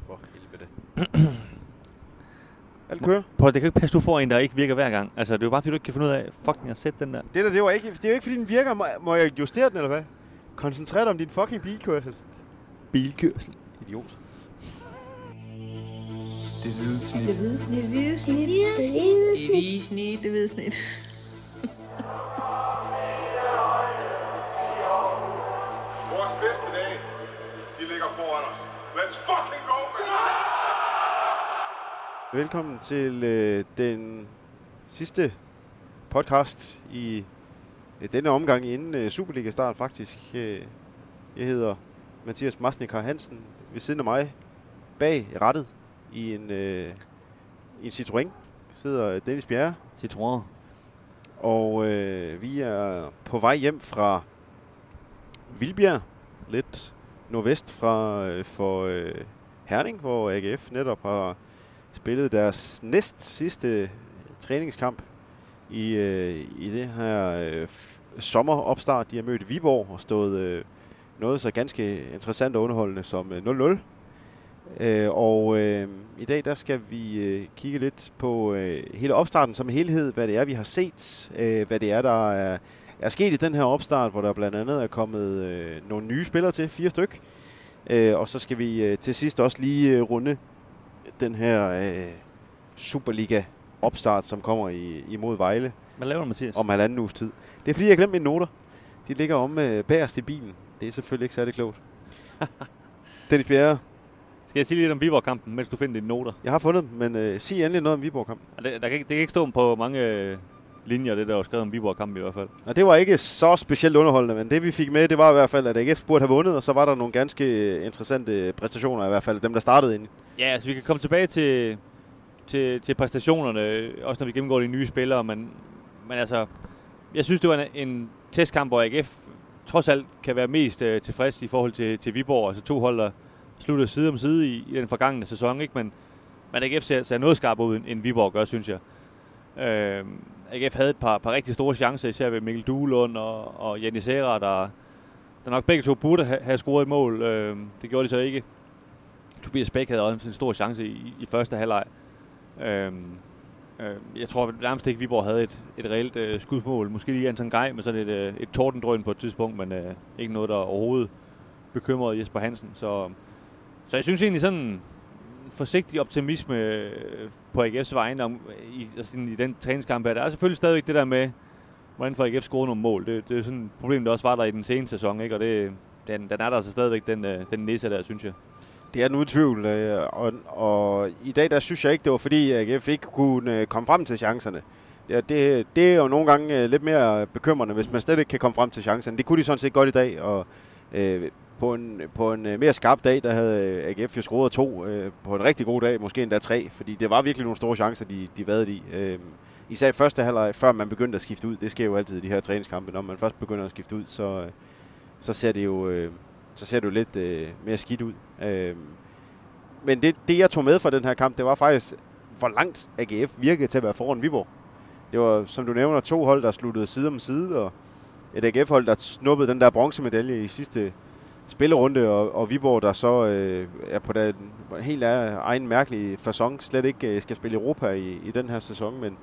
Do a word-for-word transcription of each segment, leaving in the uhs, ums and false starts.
for helvede. Alt kører. Paul, det kan ikke passe, du får en, der ikke virker hver gang. Altså, det er jo bare, fordi du ikke kan finde ud af fucking at sætte den der. Det der, det var ikke, det er jo ikke, fordi den virker. Må, må jeg justere den, eller hvad? Koncentrer dig om din fucking bilkørsel. Bilkørsel. Idiot. Det hvide snit. Det hvide snit. Det hvide snit. Det hvide snit. Det hvide snit. Det hvide snit. Vores bedste dage, de ligger foran os. Let's fucking go, man! Velkommen til øh, den sidste podcast i øh, denne omgang inden øh, Superliga-start faktisk. Øh, jeg hedder Mathias Masnikar Hansen. Ved siden af mig, bag rattet i en, øh, i en Citroën, sidder Dennis Bjerre. Citroën. Og øh, vi er på vej hjem fra Vildbjerg, lidt nordvest fra øh, for øh, Herning, hvor A G F netop har spillet deres næst sidste træningskamp i, øh, i det her øh, sommeropstart. De har mødt Viborg og stået øh, noget så ganske interessant og underholdende som øh, nul nul. Øh, og øh, i dag der skal vi øh, kigge lidt på øh, hele opstarten som helhed, hvad det er, vi har set, øh, hvad det er, der er, er sket i den her opstart, hvor der blandt andet er kommet øh, nogle nye spillere til, fire styk. Øh, og så skal vi øh, til sidst også lige øh, runde den her øh, Superliga-opstart, som kommer i, imod Vejle. Hvad laver du, Mathias? Om halvanden uges tid. Det er fordi, jeg glemte mine noter. De ligger om øh, bagerst i bilen. Det er selvfølgelig ikke særlig klogt. Dennis Bjerre. Skal jeg sige lidt om Viborg-kampen, mens du finder dine noter? Jeg har fundet dem, men øh, sig endelig noget om Viborg-kampen. Ja, det, der kan, det kan ikke stå på mange øh, linjer, det der var skrevet om Viborg-kampen i hvert fald. Og det var ikke så specielt underholdende, men det vi fik med, det var i hvert fald, at A G F burde have vundet, og så var der nogle ganske interessante præstationer, i hvert fald dem, der startede ind. Ja, altså vi kan komme tilbage til, til, til præstationerne, også når vi gennemgår de nye spillere, men, men altså, jeg synes, det var en, en testkamp, hvor A G F trods alt kan være mest øh, tilfreds i forhold til, til Viborg, altså to hold, der sluttede side om side i, i den forgangne sæson, ikke? Men, men A G F ser, ser noget skarpere ud, end Viborg gør, synes jeg. Øh, A G F havde et par, par rigtig store chancer, især ved Mikkel Duelund og, og Janni Serra, der, der nok begge to burde have, have scoret et mål. Øh, det gjorde de så ikke. Tobias Bæk havde også en stor chance i, i første halvleg. Øh, øh, jeg tror nærmest ikke, Viborg havde et, et reelt øh, skudmål. Måske lige Anton Gej med sådan et, øh, et tordendrøn på et tidspunkt, men øh, ikke noget, der overhovedet bekymrede Jesper Hansen. Så, så jeg synes egentlig sådan en forsigtig optimisme på A G F's vegne om, i, altså i den træningskamp her. Der er selvfølgelig stadigvæk det der med, hvordan får A G F scoret nogle mål. Det, det er sådan et problem, der også var der i den seneste sæson, ikke? Og det, den, den er der altså stadigvæk, den, den næse der, synes jeg. Det er en udtvivl, og, og i dag der synes jeg ikke, det var fordi A G F ikke kunne komme frem til chancerne. Det, det, det er jo nogle gange lidt mere bekymrende, hvis man slet ikke kan komme frem til chancerne. Det kunne de sådan set godt i dag, og øh, på en, på en mere skarp dag, der havde A G F jo scoret to. Øh, på en rigtig god dag, måske endda tre, fordi det var virkelig nogle store chancer, de, de vadede i. Øh, især i første halvleg, før man begyndte at skifte ud. Det sker jo altid i de her træningskampe. Når man først begynder at skifte ud, så, så ser det jo, øh, så ser det jo lidt øh, mere skidt ud. Øh, men det, det, jeg tog med fra den her kamp, det var faktisk, hvor langt A G F virkede til at være foran Viborg. Det var, som du nævner, to hold, der sluttede side om side, og et A G F-hold, der snuppede den der bronzemedalje i sidste spillerunde, og, og Viborg, der så øh, er på den helt egen mærkelige facon, slet ikke øh, skal spille Europa i, i den her sæson, men,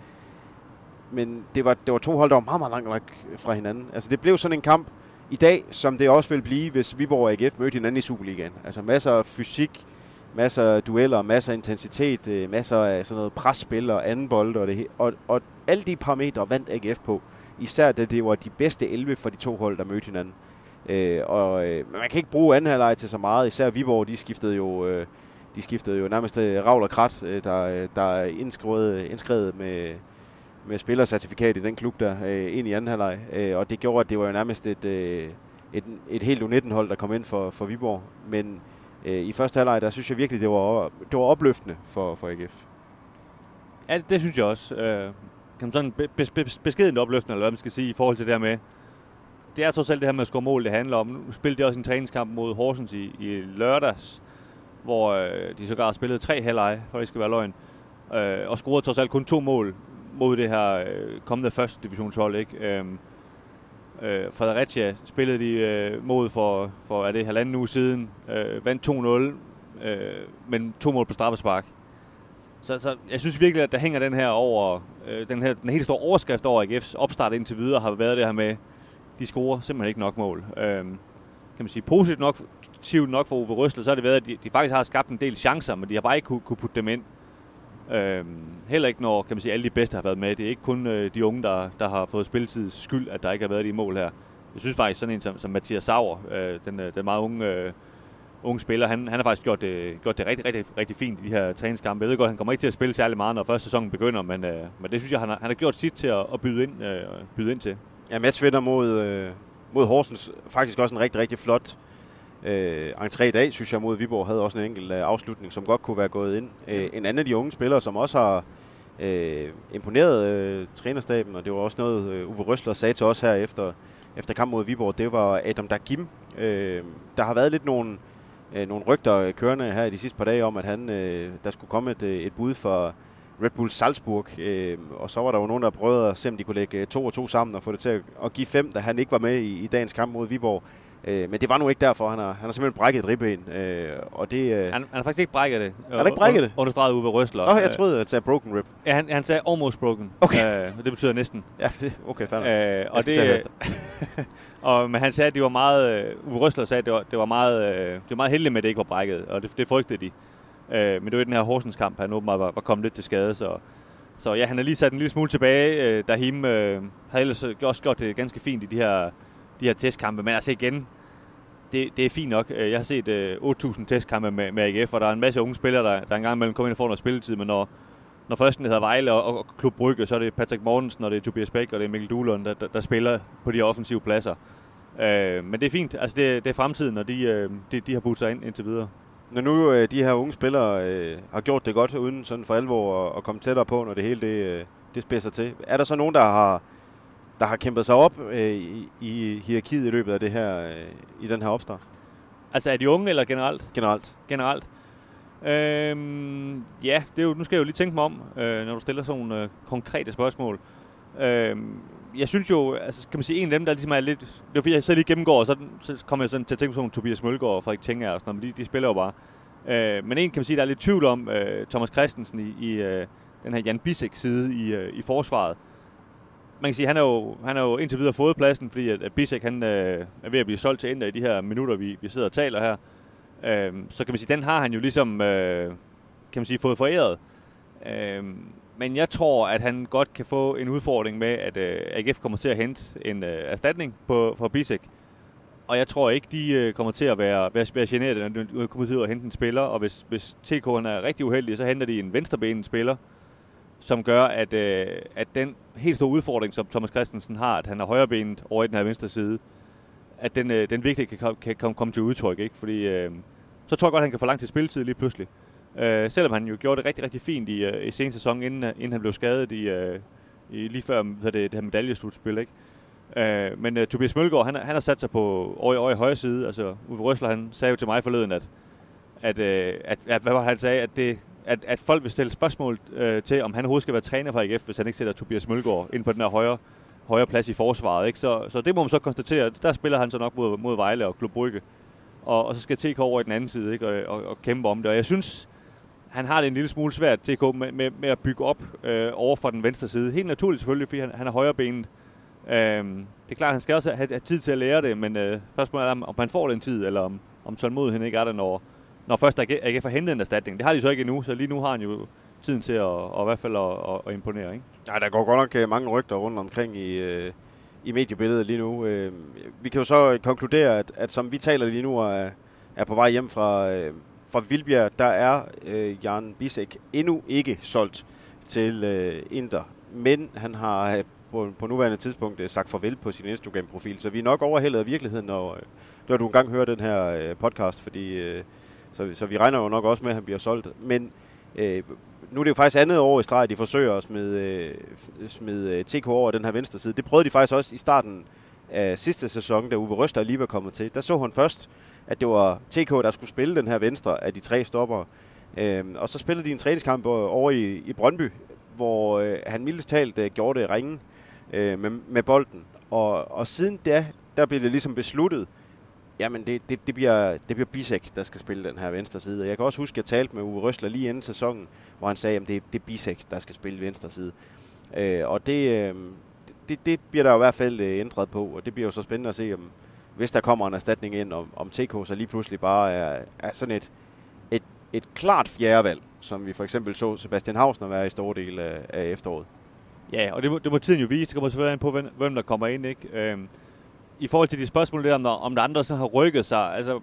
men det, var, det var to hold, der var meget, meget langt fra hinanden. Altså det blev sådan en kamp i dag, som det også vil blive, hvis Viborg og A G F mødte hinanden i Superligaen. Altså masser af fysik, masser af dueller, masser af intensitet, øh, masser af sådan noget presspil og anden bold, og, det, og, og alle de parametre vandt A G F på, især da det var de bedste elleve for de to hold, der mødte hinanden. Øh, og øh, man kan ikke bruge anden halvleg til så meget. Især Viborg, de skiftede jo, øh, de skiftede jo nærmest øh, ravl og krat, øh, der, der er indskrevet, indskrevet med, med spillercertifikat i den klub der øh, ind i anden halvleg. Øh, og det gjorde, at det var jo nærmest et, øh, et, et helt U nitten-hold, der kom ind for, for Viborg. Men øh, i første halvleg, der synes jeg virkelig, det var, det var opløftende for, for A G F. Ja, det, det synes jeg også. Øh, kan man sådan be, be, beskedent opløftende, eller hvad man skal sige, i forhold til det her med, det er så selv det her med at score mål, det handler om. Nu spillede de også en træningskamp mod Horsens i, i lørdags, hvor øh, de sågar spillede tre halvleje, for det skal være løgn, øh, og scorede trods alt kun to mål mod det her øh, kommende første divisionshold, ikke? Øh, øh, Fredericia spillede de øh, mod for, for er det halvanden uge siden, øh, vandt to nul, øh, men to mål på straffespark. Så, så jeg synes virkelig, at der hænger den her over, øh, den her den helt store overskrift over A G F's opstart indtil videre, har været det her med, de scorer simpelthen ikke nok mål. Øh, kan man sige, positivt nok, positivt nok for Uwe Røsler, så har det været, at de, de faktisk har skabt en del chancer, men de har bare ikke kunne, kunne putte dem ind. Øh, heller ikke når, kan man sige, alle de bedste har været med. Det er ikke kun øh, de unge, der, der har fået spilletidens skyld, at der ikke har været de mål her. Jeg synes faktisk, sådan en som, som Mathias Sauer, øh, den, den meget unge, øh, unge spiller, han, han har faktisk gjort det, gjort det rigtig, rigtig, rigtig fint i de her træningskampe. Jeg ved godt, han kommer ikke til at spille særlig meget, når første sæson begynder, men, øh, men det synes jeg, han har, han har gjort sit til at, at byde, ind, øh, byde ind til. Ja, matchvinder mod, øh, mod Horsens. Faktisk også en rigtig, rigtig flot øh, entré i dag, synes jeg, mod Viborg. Havde også en enkelt øh, afslutning, som godt kunne være gået ind. Øh, en anden af de unge spillere, som også har øh, imponeret øh, trænerstaben, og det var også noget, øh, Uwe Røsler sagde til os her efter, efter kamp mod Viborg, det var Adam Dagim. Øh, der har været lidt nogle, øh, nogle rygter kørende her i de sidste par dage om, at han, øh, der skulle komme et, et bud for Red Bull Salzburg, øh, og så var der jo nogen, der prøvede at se, om de kunne lægge to og to sammen og få det til at, at give fem, da han ikke var med i, i dagens kamp mod Viborg. Øh, men det var nu ikke derfor. Han har, han har simpelthen brækket et ribben, øh, og det... Øh, han, han har faktisk ikke brækket det. Han har ikke brækket det? Understreget Uwe Røsler. Nå, jeg troede, at han sagde broken rib. Ja, han, han sagde almost broken. Okay. Øh, det betyder næsten. Ja, okay, fair øh, og det, og men han sagde, at det var meget... Uwe Røsler sagde, at det var, det var meget, øh, det var meget heldigt med, at det ikke var brækket, og det, det frygtede de. Øh, men det var i den her Horsens kamp, han åbenbart var, var kommet lidt til skade, så... Så ja, han har lige sat en lille smule tilbage. Øh, Dahim øh, har ellers også gjort det ganske fint i de her, de her testkampe. Men altså igen, det, det er fint nok. Jeg har set øh, otte tusind testkampe med, med A G F, og der er en masse unge spillere, der, der engang imellem kommer ind og får noget spilletid. Men når, når først den hedder Vejle og, og Klub Brygge, så er det Patrick Mortensen, og det er Tobias Bæk, og det er Mikkel Duhlund, der, der, der spiller på de offensive pladser. Øh, men det er fint. Altså det, det er fremtiden, og de, øh, de, de har budt sig ind indtil videre. Når nu øh, de her unge spillere øh, har gjort det godt, uden sådan for alvor at, at komme tættere på, når det hele det, øh, det spidser til. Er der så nogen, der har, der har kæmpet sig op øh, i, i hierarkiet i løbet af det her, øh, i den her opstart? Altså er de unge eller generelt? Generelt. Generelt. Øhm, ja, det er jo, nu skal jeg jo lige tænke mig om, øh, når du stiller sådan nogle øh, konkrete spørgsmål. Øhm, jeg synes jo, altså kan man sige, en af dem, der ligesom er lidt... Det er fordi, jeg så lige gennemgår, så, så kommer jeg sådan til at tænke på sådan Tobias Mølgaard og Frederik Tengager og sådan noget, men de, de spiller jo bare. Øh, men en kan man sige, der er lidt tvivl om øh, Thomas Christensen i, i øh, den her Jan Bisek side i, øh, i forsvaret. Man kan sige, han er jo, han er jo indtil videre fået pladsen, fordi at, at Bisek han, øh, er ved at blive solgt til Ender i de her minutter, vi, vi sidder og taler her. Øh, så kan man sige, den har han jo ligesom øh, kan man sige, fået foræret. Øh, Men jeg tror, at han godt kan få en udfordring med, at øh, A G F kommer til at hente en øh, erstatning på, for Bisek. Og jeg tror ikke, de øh, kommer til at være, være, være generet, når de kommer til at hente en spiller. Og hvis, hvis T K'en er rigtig uheldig, så henter de en venstrebenet spiller, som gør, at, øh, at den helt store udfordring, som Thomas Christensen har, at han er højrebenet over i den her venstre side, at den, øh, den virkelig kan, kan, kan komme til udtryk. Ikke? Fordi øh, så tror jeg godt, at han kan få lang til spilletid lige pludselig. Uh, selvom han jo gjorde det rigtig, rigtig fint i, uh, i seneste sæson, inden, uh, inden han blev skadet i, uh, i lige før det, det her medaljeslutspil, ikke? Uh, men uh, Tobias Mølgaard, han, han har sat sig på over, over i højre side. Altså, Uwe Røsler, han sagde jo til mig forleden, at, at, uh, at, at hvad var han sagde, at, det, at, at folk vil stille spørgsmål uh, til, om han overhovedet skal være træner for A G F, hvis han ikke sætter Tobias Mølgaard ind på den her højre, højre plads i forsvaret, ikke? Så, så det må man så konstatere. Der spiller han så nok mod, mod Vejle og Klub Brygge. Og, og så skal T K over i den anden side, ikke? Og, og, og kæmpe om det. Og jeg synes, han har det en lille smule svært, T K, med, med, med at bygge op øh, over for den venstre side. Helt naturligt selvfølgelig, fordi han, han er højrebenet. Øh, det er klart, at han skal også have, have tid til at lære det, men øh, spørgsmålet er, om han får den tid, eller om, om tålmodigheden ikke er der, når, når først A G F har hentet en erstatning. Det har de så ikke endnu, så lige nu har han jo tiden til at, og i hvert fald at, at, at imponere. Ikke? Ja, der går godt nok mange rygter rundt omkring i, øh, i mediebilledet lige nu. Øh, vi kan jo så konkludere, at, at som vi taler lige nu, er, er på vej hjem fra... Øh, Fra Vildbjerg, der er øh, Jan Bisek endnu ikke solgt til øh, Inter, men han har øh, på, på nuværende tidspunkt øh, sagt farvel på sin Instagram-profil, så vi er nok overhældet af virkeligheden, når, øh, når du engang hører den her øh, podcast, fordi øh, så, så vi regner jo nok også med, at han bliver solgt. Men øh, nu er det jo faktisk andet år i streg, de forsøger at smide, øh, smide T K over den her venstre side. Det prøvede de faktisk også i starten af sidste sæson, da Uwe Røsler lige var kommet til. Der så han først, at det var T K, der skulle spille den her venstre af de tre stoppere. Øhm, og så spillede de en træningskamp over i, i Brøndby, hvor øh, han mildest talt øh, gjorde det ringe øh, med, med bolden. Og, og siden da, der blev det ligesom besluttet, Jamen, det, det, det, bliver, det bliver Bisek, der skal spille den her venstre side. Jeg kan også huske, at jeg talte med Uwe Rösler lige inden sæsonen, hvor han sagde, at det, det er Bisek, der skal spille venstre side. Øh, og det, øh, det, det bliver der jo i hvert fald øh, ændret på, og det bliver jo så spændende at se, om hvis der kommer en erstatning ind, om, om T K så lige pludselig bare er, er sådan et, et, et klart fjerdevalg, som vi for eksempel så Sebastian Hausner være i store del af, af efteråret. Ja, og det må, det må tiden jo vise. Det kommer selvfølgelig an på, hvem, hvem der kommer ind, ikke? Øhm, I forhold til de spørgsmål der, om der, om der andre så har rykket sig, altså,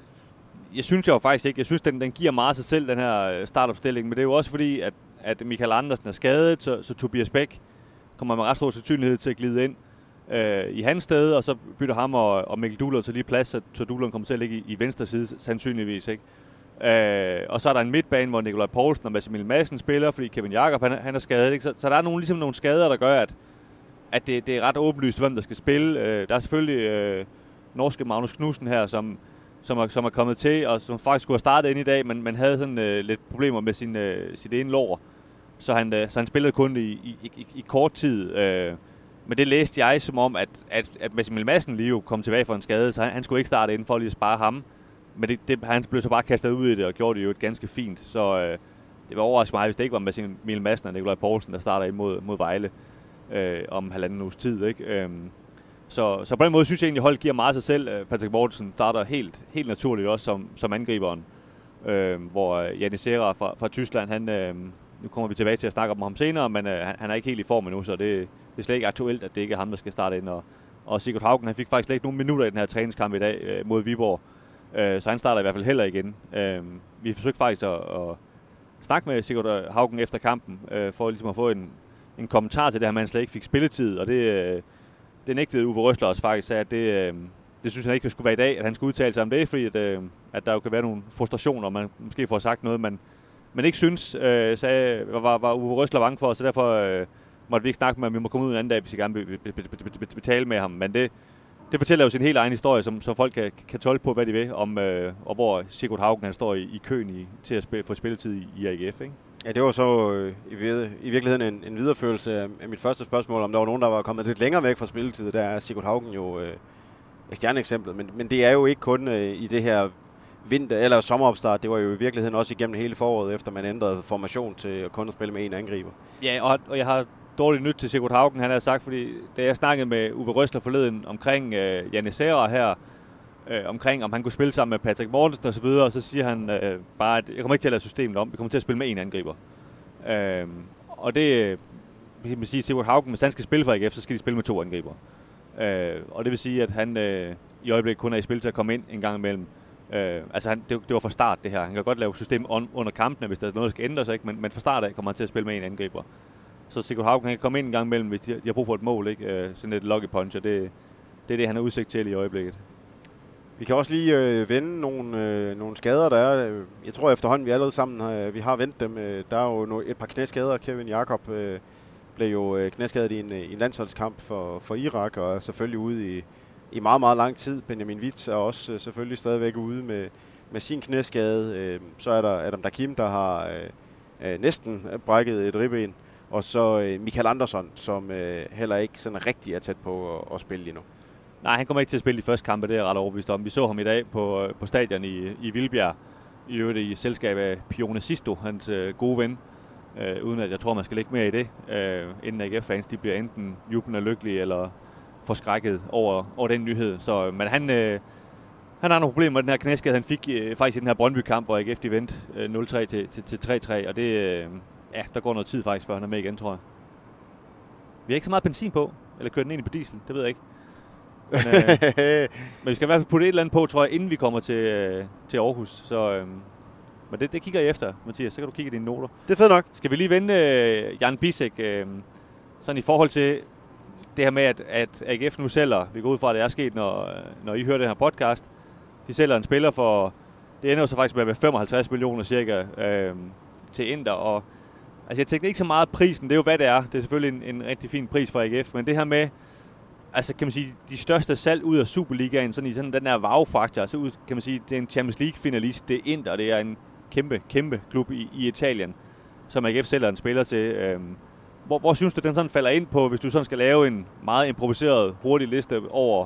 jeg synes jo faktisk ikke, jeg synes, den, den giver meget sig selv, den her startopstilling, men det er jo også fordi, at, at Michael Andersen er skadet, så, så Tobias Bæk kommer med ret stor sandsynlighed til at glide ind øh, i hans sted, og så bytter ham og, og Mikkel Duhlund til lige plads, så, så Duhlund kommer til at ligge i, i venstre side, sandsynligvis, ikke? Øh, og så er der en midtbane, hvor Nikolaj Poulsen og Mads Emil Madsen spiller, fordi Kevin Jakob, han, han er skadet, ikke? Så, så der er nogle, ligesom nogle skader, der gør, at, at det, det er ret åbenlyst, hvem der skal spille. Øh, der er selvfølgelig øh, norske Magnus Knudsen her, som, som, er, som er kommet til, og som faktisk skulle have startet ind i dag, men man havde sådan øh, lidt problemer med sin, øh, sit ene lår. Så han, øh, så han spillede kun i, i, i, i kort tid. Øh, men det læste jeg som om, at, at, at Mads Emil Madsen lige jo kom tilbage fra en skade, så han, han skulle ikke starte inden for lige at spare ham. Men det, det, han blev så bare kastet ud i det, og gjorde det jo et ganske fint. Så øh, det var overraskende mig, hvis det ikke var Mads Emil Madsen og Nikolaj Poulsen, der starter ind mod, mod Vejle øh, om halvanden uges tid. Ikke? Øh, så, så på den måde synes jeg egentlig, at holdet giver meget sig selv. Patrick Mortensen starter helt, helt naturligt også som, som angriberen. Øh, hvor Jannis Serra fra, fra Tyskland, han, øh, nu kommer vi tilbage til at snakke om ham senere, men øh, han, han er ikke helt i form endnu, så det, det er slet ikke aktuelt, at det ikke er ham, der skal starte ind. Og, og Sigurd Haugen, han fik faktisk slet ikke nogen minutter i den her træningskamp i dag øh, mod Viborg. Så han starter i hvert fald heller igen. Vi forsøgte faktisk at, at snakke med Sigurd Haugen efter kampen, for ligesom at få en, en kommentar til det her, man slet ikke fik spilletid. Og det, det nægtede Uwe Rösler også faktisk, at det, det synes han ikke skulle være i dag, at han skulle udtale sig om det, fordi at, at der jo kan være nogle frustrationer, og man måske får sagt noget, man, man ikke synes, sagde, var, var Uwe Rösler bange for, så derfor måtte vi ikke snakke med ham. Vi må komme ud en anden dag, hvis vi gerne vil betale med ham. Men det Det fortæller jo sin helt egen historie, som, som folk kan, kan tolke på, hvad de vil, om, øh, og hvor Sigurd Haugen han står i, i køen i, til at spille, få spilletid i, i A G F. Ikke? Ja, det var så øh, i, i virkeligheden en, en videreførelse af, af mit første spørgsmål, om der var nogen, der var kommet lidt længere væk fra spilletid. Der er Sigurd Haugen jo øh, et stjerneeksempel, men, men det er jo ikke kun øh, i det her vinter- eller sommeropstart. Det var jo i virkeligheden også igennem hele foråret, efter man ændrede formation til at kun at spille med en angriber. Ja, og, og jeg har dårligt nyt til Sigurd Haugen, han har sagt, fordi da jeg snakkede med Uwe Rösler forleden omkring øh, Jannis Serra her, øh, omkring om han kunne spille sammen med Patrick Mortensen og så videre, og så siger han øh, bare, at jeg kommer ikke til at lade systemet om, vi kommer til at spille med en angriber. Øh, og det vil man sige, Sigurd Haugen, hvis han skal spille for A G F, så skal de spille med to angriber. Øh, og det vil sige, at han øh, i øjeblikket kun er i spil til at komme ind en gang imellem. Øh, altså han, det, det var fra start det her. Han kan godt lave system on, under kampene, hvis der er noget, der skal ændre sig, ikke? Men, men fra start af kommer han til at spille med en angriber. Så Sigurd Haugen kan komme ind en gang imellem, hvis de, de har brug for et mål, ikke? Øh, sådan et lucky punch, og det, det er det, han har udsigt til i øjeblikket. Vi kan også lige øh, vende nogle, øh, nogle skader, der er. Jeg tror efterhånden, vi allerede sammen har, vi har vendt dem. Der er jo et par knæskader. Kevin Jakob øh, blev jo øh, knæskadet i en, i en landsholdskamp for, for Irak, og er selvfølgelig ude i, i meget, meget lang tid. Benjamin Witz er også øh, selvfølgelig stadigvæk ude med, med sin knæskade. Øh, så er der Adam Dakim, der har øh, øh, næsten brækket et ribben. Og så øh, Michael Andersson, som øh, heller ikke sådan rigtig er tæt på at, at spille lige nu. Nej, han kommer ikke til at spille de første kampe, det er jeg ret overbevist om. Vi så ham i dag på, på stadion i, i Vildbjerg, i øvrigt i selskab af Pione Sisto, hans øh, gode ven, øh, uden at jeg tror, man skal lægge mere i det, øh, inden A G F-fans de bliver enten jublende lykkelige eller forskrækket over, over den nyhed. Så, men han, øh, han har nogle problemer med den her knæskade, han fik øh, faktisk i den her Brøndby-kamp, hvor A G F de vendte øh, nul tre til, til, til tre tre, og det... Øh, Ja, der går noget tid faktisk, før han er med igen, tror jeg. Vi har ikke så meget benzin på, eller kører den egentlig på diesel, det ved jeg ikke. Men, øh, men vi skal i hvert fald putte et eller andet på, tror jeg, inden vi kommer til, øh, til Aarhus. Så, øh, men det, det kigger jeg efter, Mathias, så kan du kigge i dine noter. Det er fedt nok. Skal vi lige vende øh, Jan Bisek, øh, sådan i forhold til det her med, at, at A G F nu sælger, vi går ud fra, at det er sket, når, når I hører den her podcast, de sælger en spiller for, det ender jo så faktisk med at være femoghalvtreds millioner cirka øh, til Inter, og altså jeg tænker ikke så meget prisen, det er jo hvad det er. Det er selvfølgelig en, en rigtig fin pris for A G F, men det her med, altså kan man sige, de største salg ud af Superligaen, sådan i sådan den der wow-faktor, så ud, kan man sige, det er en Champions League-finalist, det er Inter, og det er en kæmpe, kæmpe klub i, i Italien, som A G F sælger en spiller til. Øhm, hvor, hvor synes du, den sådan falder ind på, hvis du sådan skal lave en meget improviseret, hurtig liste over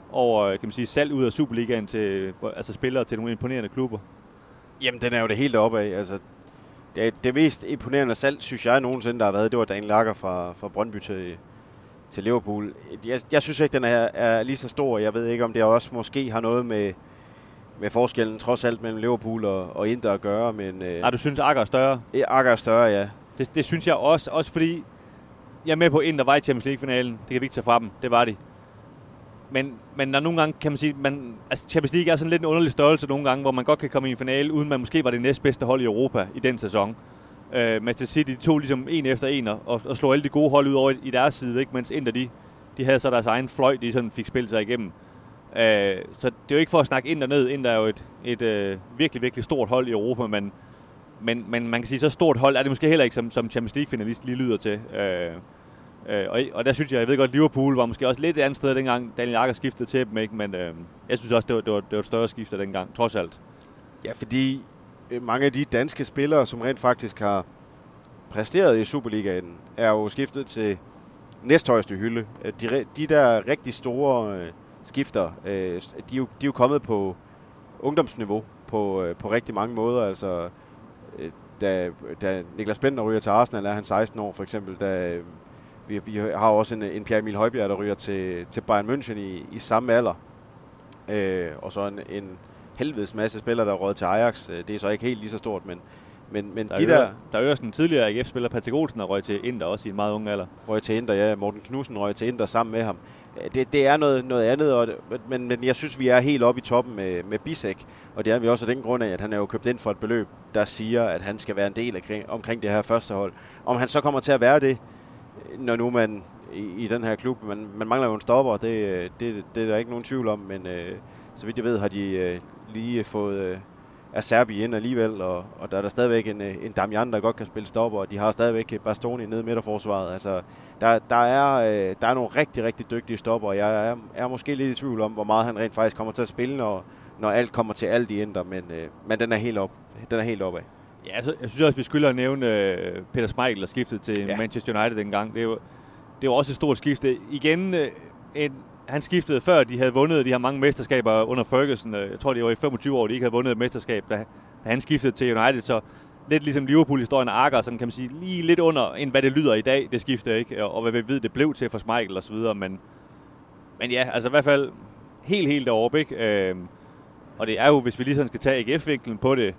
over kan man sige, salg ud af Superligaen til altså spillere til nogle imponerende klubber? Jamen, den er jo det helt oppe af. Altså, det, det mest imponerende salg, synes jeg nogensinde, der har været, det var Daniel Lager fra, fra Brøndby til, til Liverpool. Jeg, jeg synes ikke, den er, er lige så stor. Jeg ved ikke, om det også måske har noget med, med forskellen trods alt mellem Liverpool og, og Inter at gøre. Men, Nej, du synes, Akker er større? Akker er større, ja. Det, det synes jeg også, også fordi jeg er med på, Inter var i Champions League-finalen. Det kan vi ikke tage fra dem. Det var de. Men, men der nogle gange kan man sige, man, altså Champions League er sådan lidt en underlig størrelse nogle gange, hvor man godt kan komme i en finale, uden man måske var det næstbedste hold i Europa i den sæson. Uh, Manchester City, de tog ligesom en efter en og, og slog alle de gode hold ud over i, i deres side, ikke? Mens Inter, de, de havde så deres egen fløj, de sådan fik spillet sig igennem. Uh, så det er jo ikke for at snakke Inter ned. Inter er jo et, et uh, virkelig, virkelig stort hold i Europa, men, men, men man kan sige, så stort hold er det måske heller ikke, som, som Champions League-finalist lige lyder til. Uh, Øh, og, og der synes jeg, jeg ved godt, Liverpool var måske også lidt et andet sted dengang, Daniel Akker skiftede til dem, ikke? Men øh, jeg synes også, det var, det, var, det var et større skifte dengang, trods alt. Ja, fordi mange af de danske spillere, som rent faktisk har præsteret i Superligaen, er jo skiftet til næsthøjeste hylde. De, de der rigtig store øh, skifter, øh, de, er jo, de er jo kommet på ungdomsniveau på, øh, på rigtig mange måder. Altså, øh, da, da Niklas Bentner ryger til Arsenal, er han seksten år for eksempel, da Vi, vi har også en, en Pierre-Emil Højbjerg, der ryger til, til Bayern München i, i samme alder. Øh, og så en, en helvedes masse spillere, der er røget til Ajax. Det er så ikke helt lige så stort, men, men, men der de der... der... Der er jo også en tidligere A G F-spiller, Patrick Olsen, der røg til Inter, også i en meget ung alder. Røg til Inter, ja. Morten Knudsen røg til Inter sammen med ham. Det, det er noget, noget andet, og, men, men jeg synes, vi er helt oppe i toppen med, med Bisek. Og det er vi også af den grund af, at han er jo købt ind for et beløb, der siger, at han skal være en del af omkring det her første hold. Om han så kommer til at være det, når nu man i, i den her klub, man, man mangler jo en stopper, det, det, det er der ikke nogen tvivl om, men øh, så vidt jeg ved, har de øh, lige fået øh, Acerbi ind alligevel, og, og der er der stadigvæk en, en Damian, der godt kan spille stopper, og de har stadigvæk Bastoni nede i midterforsvaret. Altså, der, der, er, øh, der er nogle rigtig, rigtig dygtige stopper, og jeg er, er måske lidt i tvivl om, hvor meget han rent faktisk kommer til at spille, når, når alt kommer til alt i Inter, men, øh, men den er helt op, den er helt opad. Ja, altså, jeg synes også, vi skylder at nævne øh, Peter Schmeichel, der skiftede til ja. Manchester United dengang. Det er jo, det var også et stort skifte. Igen, øh, en, han skiftede før, de havde vundet de her mange mesterskaber under Ferguson. Jeg tror, det var i femogtyve år, de ikke havde vundet et mesterskab, da, da han skiftede til United. Så lidt ligesom Liverpool-historien af Akker, sådan kan man sige, lige lidt under, end hvad det lyder i dag, det skifte, ikke? Og hvad vi ved, det blev til for Schmeichel og så videre. Men, men ja, altså i hvert fald helt, helt deroppe, ikke? Øh, og det er jo, hvis vi lige sådan skal tage A G F-vinklen på det,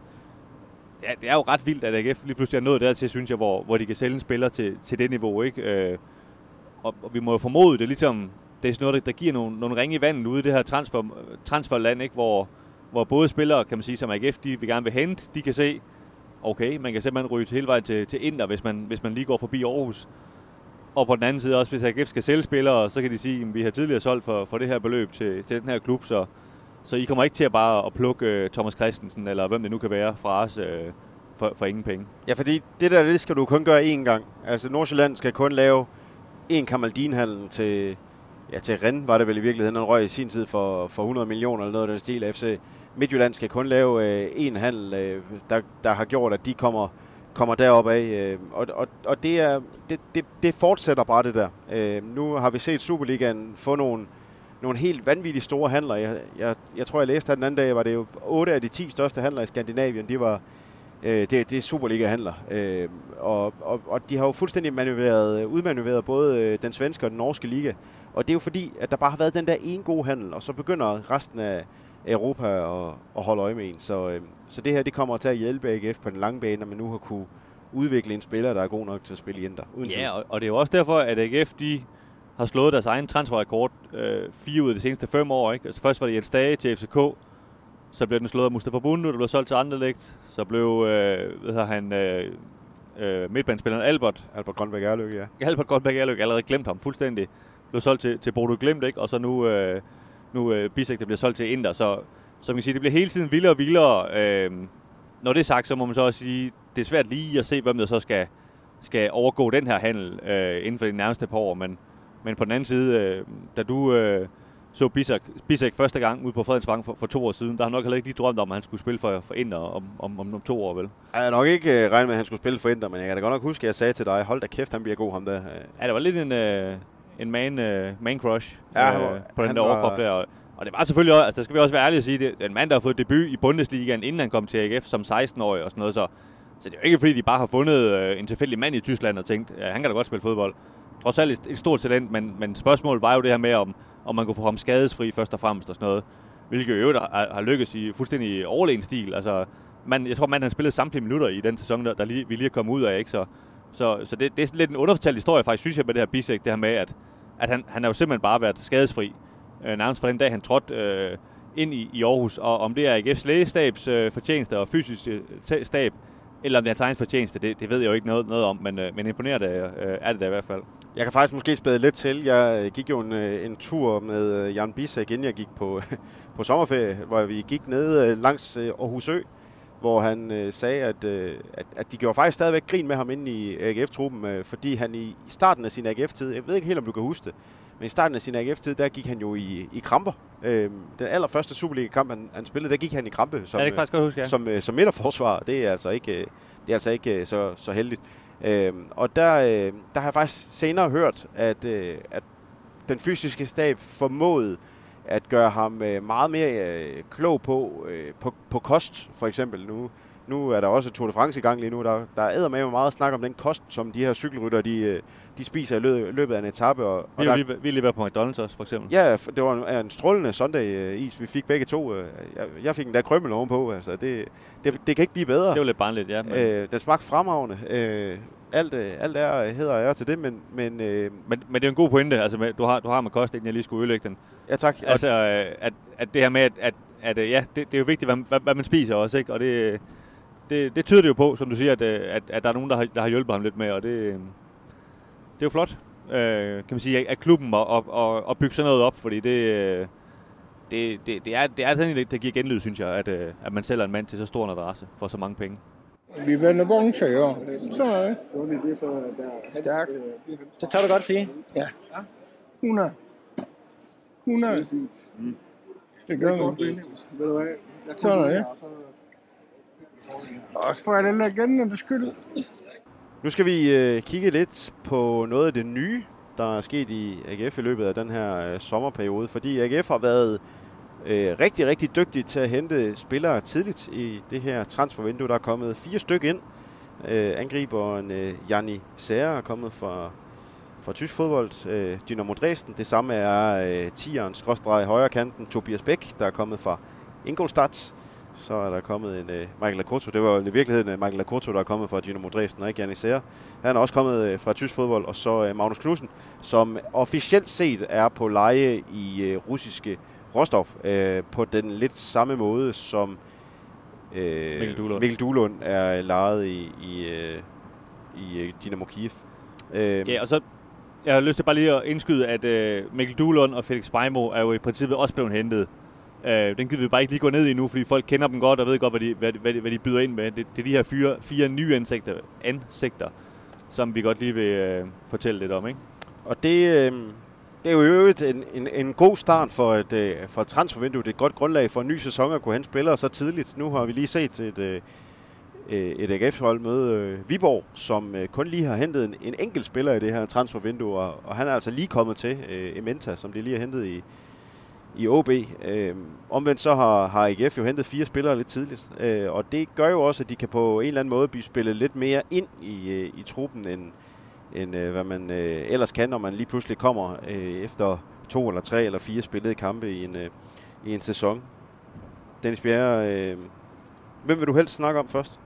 ja, det er jo ret vildt, at A G F lige pludselig er nået dertil, synes jeg, hvor, hvor de kan sælge en spiller til, til det niveau, ikke? Øh, og, og vi må jo formode, det er ligesom, det er sådan noget, der, der giver nogle, nogle ringe i vandet ude i det her transfer, transferland, ikke? Hvor, hvor både spillere, kan man sige, som A G F, de vil gerne vil hente, de kan se, okay, man kan simpelthen ryge hele vejen til, til Inter, hvis man, hvis man lige går forbi Aarhus. Og på den anden side også, hvis A G F skal sælge spillere, så kan de sige, at vi har tidligere solgt for, for det her beløb til, til den her klub, så Så I kommer ikke til at bare at plukke uh, Thomas Christensen, eller hvem det nu kan være, fra os uh, for, for ingen penge? Ja, fordi det der, det skal du kun gøre én gang. Altså, Nordsjælland skal kun lave en Kamaldin-handel til, ja, til Rennes, var det vel i virkeligheden. Han røg i sin tid for, for hundrede millioner eller noget af den stil af F C. Midtjylland skal kun lave øh, en handel, øh, der, der har gjort, at de kommer, kommer deroppe af. Øh, og og, og det, er, det, det, det fortsætter bare det der. Øh, nu har vi set Superligaen få nogle nogle helt vanvittigt store handler. Jeg, jeg, jeg tror, jeg læste her den anden dag, var det jo otte af de ti største handler i Skandinavien, de var øh, det, det er Superliga-handler. Øh, og, og, og de har jo fuldstændig manøvreret, udmanøvreret både øh, den svenske og den norske liga. Og det er jo fordi, at der bare har været den der en god handel, og så begynder resten af Europa at, at holde øje med en. Så, øh, så det her, det kommer til at hjælpe A G F på den lange bane, når man nu har kunne udvikle en spiller, der er god nok til at spille i Inter. Ja, og, og det er jo også derfor, at A G F, de har slået deres egen transferrekord øh, fire ud af de seneste fem år, ikke? Altså først var det Jens Dage til F C K, så blev den slået af Mustafa Bundu, der blev solgt til Anderlecht, så blev, øh, hvad hedder han, øh, øh, midtbanespilleren Albert. Albert Grønbæk Erløk, ja. Albert Grønbæk Erløk, allerede glemt ham fuldstændig. Blev solgt til, til Bodo Glimt, ikke? Og så nu, øh, nu øh, Bisek, der bliver solgt til Inter, så, så man kan sige, det bliver hele tiden vildere og vildere. Øh, når det er sagt, så må man så også sige, det er svært lige at se, hvem der så skal, skal overgå den her handel øh, inden for de nærmeste par år, men Men på den anden side, øh, da du øh, så Bisek, Bisek første gang ude på Fredensvang for, for to år siden, der har nok heller ikke lige drømt om, at han skulle spille for, for Inter om, om, om, om to år, vel? Jeg har nok ikke øh, regnet med, at han skulle spille for Inter, men jeg kan da godt nok huske, at jeg sagde til dig, hold da kæft, han bliver god ham der. Ja, det var lidt en, øh, en man, uh, man crush ja, uh, på den der var... overkrop der. Og, og det var selvfølgelig også, altså der skal vi også være ærlige at sige, det er en mand, der har fået debut i Bundesligaen, inden han kom til A G F som seksten-årig og sådan noget. Så, så det er jo ikke fordi, de bare har fundet uh, en tilfældig mand i Tyskland og tænkt, ja, han kan da godt spille fodbold. Trods alt et, et stort talent, men, men spørgsmålet var jo det her med, om, om man kunne få ham skadesfri først og fremmest og sådan noget. Hvilket jo har, har lykkes i fuldstændig overlegen stil. Altså, man, jeg tror, man han spillede samtlige minutter i den sæson, der, der lige, vi lige er kommet ud af. Ikke? Så, så, så det, det er sådan lidt en underfortalt historie, faktisk, synes jeg, med det her Bisek, det her med, at, at han, han har jo simpelthen bare været skadesfri. Øh, nærmest fra den dag, han trådte øh, ind i, i Aarhus. Og om det er A G F's lægestabs øh, fortjeneste og fysisk øh, stab, eller om det er hans egen fortjeneste, det, det ved jeg jo ikke noget, noget om, men, øh, men imponerende øh, er det da i hvert fald. Jeg kan faktisk måske spæde lidt til. Jeg gik jo en, en tur med Jan Bisek, inden jeg gik på, på sommerferie, hvor vi gik ned langs Aarhus Ø, hvor han øh, sagde, at, øh, at, at de gjorde faktisk stadigvæk grin med ham inde i A G F-truppen, øh, fordi han i, i starten af sin A G F-tid, jeg ved ikke helt, om du kan huske det, men i starten af sin A G F-tid, der gik han jo i, i kramper. Øh, den allerførste Superliga-kamp, han, han spillede, der gik han i krampe som, ja, det kan faktisk godt huske, ja. som, øh, som midterforsvar. Det er altså ikke, det er altså ikke så, så heldigt. Øh, og der, øh, der har jeg faktisk senere hørt, at, øh, at den fysiske stab formåede at gøre ham øh, meget mere øh, klog på, øh, på, på kost, for eksempel. Nu, nu er der også Tour de France i gang lige nu. Der, der er eddermame meget snak om den kost, som de her cykelrytter, de, de spiser i løbet af en etape. Og, vi, og har lige, vi har lige været på McDonald's også, for eksempel. Ja, det var en, en strålende Sunday-is, vi fik begge to. Jeg, jeg fik en der krømmel ovenpå. Altså, det, det, det kan ikke blive bedre. Det var lidt barnligt, ja. Men... Øh, den smagte fremragende. Øh, alt, alt er hedder jeg til det, men... Men, øh, men, men det er en god pointe, altså med, du, har, du har med kost, inden jeg lige skulle ødelægge den. Ja, tak. Altså, at, at det her med, at, at, at ja, det, det er jo vigtigt, hvad, hvad, hvad man spiser også, ikke? Og det, det, det tyder det jo på, som du siger, at, at, at der er nogen, der har, der har hjulpet ham lidt med, og det, det er jo flot, øh, kan man sige, af klubben at, at, at, at bygge sådan noget op, fordi det, det, det, det, er, det er sådan, der giver genlyd, synes jeg, at, at man sælger en mand til så stor en adresse for så mange penge. Vi vender bronze, jo. Så er det. Stærkt. Det tør du godt sige. Ja. hundrede. hundrede. Mm. Det gør vi. Sådan er det. Også for den legende skyld. Nu skal vi øh, kigge lidt på noget af det nye, der er sket i A G F i løbet af den her øh, sommerperiode. Fordi A G F har været øh, rigtig, rigtig dygtig til at hente spillere tidligt i det her transfervindue. Der er kommet fire stykker ind. Øh, angriberen øh, Janni Serra er kommet fra, fra tysk fodbold. Øh, Dynamo Dresden. Det samme er øh, tieren skråstreg højre kanten Tobias Bæk, der er kommet fra Ingolstadt. Så er der kommet en uh, Michael Lakoto. Det var i virkeligheden uh, Michael Lakoto, der er kommet fra Dynamo Dresden, og ikke Janni Serra. Han er også kommet uh, fra tysk fodbold. Og så uh, Magnus Knudsen, som officielt set er på leje i uh, russiske Rostov. Uh, på den lidt samme måde, som uh, Mikkel Duelund. Mikkel Duelund er lejet i, i, uh, i uh, Dynamo Kiev. Uh, ja, og så jeg har lyst til bare lige at indskyde, at uh, Mikkel Duelund og Felix Beimo er jo i princippet også blevet hentet. Uh, den gider vi bare ikke lige gå ned i nu, fordi folk kender dem godt og ved godt, hvad de, hvad, hvad, hvad de byder ind med. Det, det er de her fire, fire nye ansigter, ansigter, som vi godt lige vil uh, fortælle lidt om, ikke? Og det, øh, det er jo i øvrigt en, en, en god start for et, øh, for et transfervindue. Det er et godt grundlag for en ny sæson at kunne hente spillere så tidligt. Nu har vi lige set et, øh, et A G F-hold møde øh, Viborg, som øh, kun lige har hentet en, en enkelt spiller i det her transfervindue, og, og han er altså lige kommet til, øh, Ementa, som de lige har hentet i i O B. Øh, omvendt så har, har A G F jo hentet fire spillere lidt tidligt, øh, og det gør jo også, at de kan på en eller anden måde blive spillet lidt mere ind i, øh, i truppen, end, end øh, hvad man øh, ellers kan, når man lige pludselig kommer øh, efter to eller tre eller fire spillede kampe i en, øh, i en sæson. Dennis Bjerre, øh, hvem vil du helst snakke om først?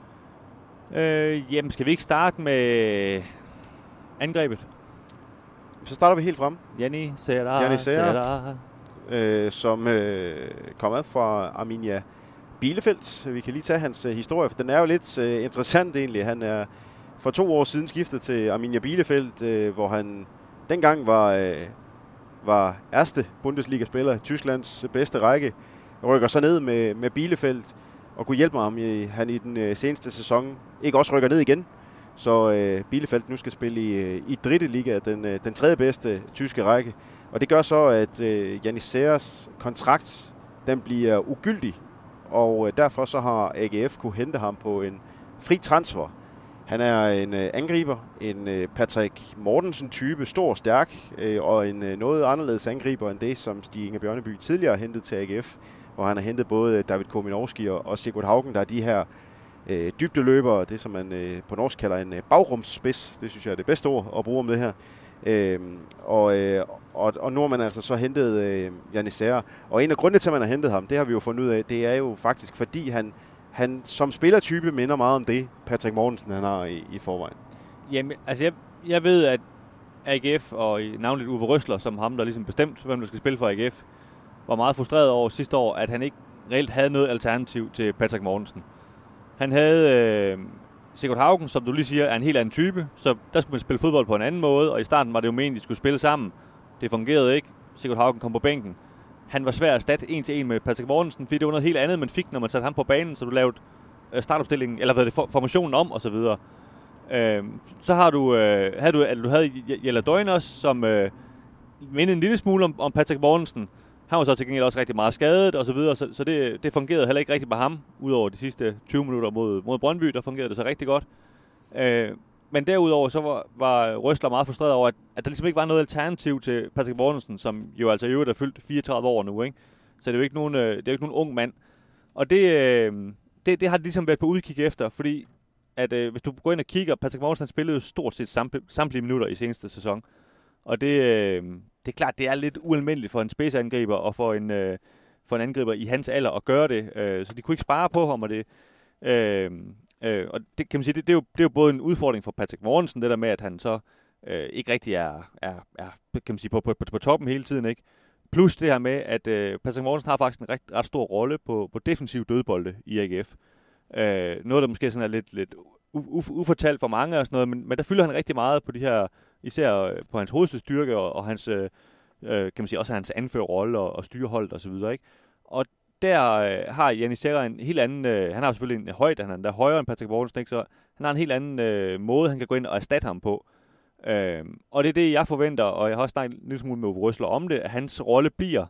Øh, jamen, skal vi ikke starte med angrebet? Så starter vi helt frem. Janni Serra. Janni Serra. Øh, som øh, kommer fra Arminia Bielefeld. Vi kan lige tage hans øh, historie, for den er jo lidt øh, interessant egentlig. Han er for to år siden skiftet til Arminia Bielefeld, øh, hvor han dengang var, øh, var erste Bundesliga-spiller, Tysklands bedste række. Rykker så ned med, med Bielefeld, og kunne hjælpe ham, i, han i den øh, seneste sæson ikke også rykker ned igen. Så øh, Bielefeld nu skal spille i, i Dritte Liga, den, øh, den tredje bedste tyske række. Og det gør så, at øh, Janni Serras kontrakt, den bliver ugyldig. Og øh, derfor så har A G F kunne hente ham på en fri transfer. Han er en øh, angriber, en øh, Patrick Mortensen-type, stor, stærk, øh, og en øh, noget anderledes angriber end det, som Stig Inge Bjørneby tidligere har hentet til A G F, hvor han har hentet både David Kominowski og, og Sigurd Haugen, der er de her øh, dybdeløbere, det som man øh, på norsk kalder en øh, bagrumsspids. Det synes jeg er det bedste ord at bruge om det her. Øh, og, øh, og, og nu har man altså så hentet øh, Jannis Serra. Og en af grundene til, at man har hentet ham, det har vi jo fundet ud af, det er jo faktisk, fordi han Han som spillertype minder meget om det, Patrick Mortensen han har i, i forvejen. Jamen, altså jeg, jeg ved, at A G F og navnligt Uwe Røsler, som ham, der ligesom bestemt, hvem der skal spille for A G F, var meget frustreret over sidste år, at han ikke reelt havde noget alternativ til Patrick Mortensen. Han havde øh, Sigurd Haugen, som du lige siger, er en helt anden type, så der skulle man spille fodbold på en anden måde, og i starten var det jo meningen, at de skulle spille sammen. Det fungerede ikke. Sigurd Haugen kom på bænken. Han var svær at erstatte en til en med Patrick Mortensen, fordi det var noget helt andet, man fik, når man satte ham på banen, så du lavede startopstillingen, eller hvad det, formationen om, og så videre. Øh, så har du, øh, havde du, du havde Jella Døgners, som øh, mindede en lille smule om, om Patrick Mortensen. Han var så til gengæld også rigtig meget skadet, og så videre, så, så det, det fungerede heller ikke rigtig med ham, udover de sidste tyve minutter mod, mod Brøndby, der fungerede det så rigtig godt. Øh, men derudover så var, var Røsler meget frustreret over, at, at der ligesom ikke var noget alternativ til Patrick Mortensen, som jo altså i øvrigt er fyldt fireogtredive år nu, ikke? Så det er jo ikke nogen, det er jo ikke nogen ung mand. Og det, det, det har det ligesom været på udkig efter, fordi at øh, hvis du går ind og kigger, Patrick Mortensen spillede stort set samtlige, samtlige minutter i seneste sæson. Og det, øh, det er klart, det er lidt ualmindeligt for en spidsangriber og for en, øh, for en angriber i hans alder at gøre det. Øh, så de kunne ikke spare på ham, og det... Øh, Øh, og det kan man sige, det, det, er jo, det er jo både en udfordring for Patrick Mortensen, det der med, at han så øh, ikke rigtig er, er, er kan man sige, på, på, på, på toppen hele tiden, ikke? Plus det her med, at øh, Patrick Mortensen har faktisk en ret, ret stor rolle på, på defensiv dødbolde i A G F. Øh, noget, der måske sådan er lidt, lidt u- ufortalt for mange og sådan noget, men, men der fylder han rigtig meget på de her, især på hans hovedstyrke og, og hans, øh, kan man sige, også hans anførerrolle og, og styreholdet og så videre, ikke? Og der øh, har Jannis Serra en helt anden, øh, han har selvfølgelig en højde, han er endda højere end Patrick Mortensen, ikke? Så han har en helt anden øh, måde, han kan gå ind og erstatte ham på. Øh, og det er det, jeg forventer, og jeg har også snakket en lille smule med Uwe Røsler om det, at hans rolle bliver,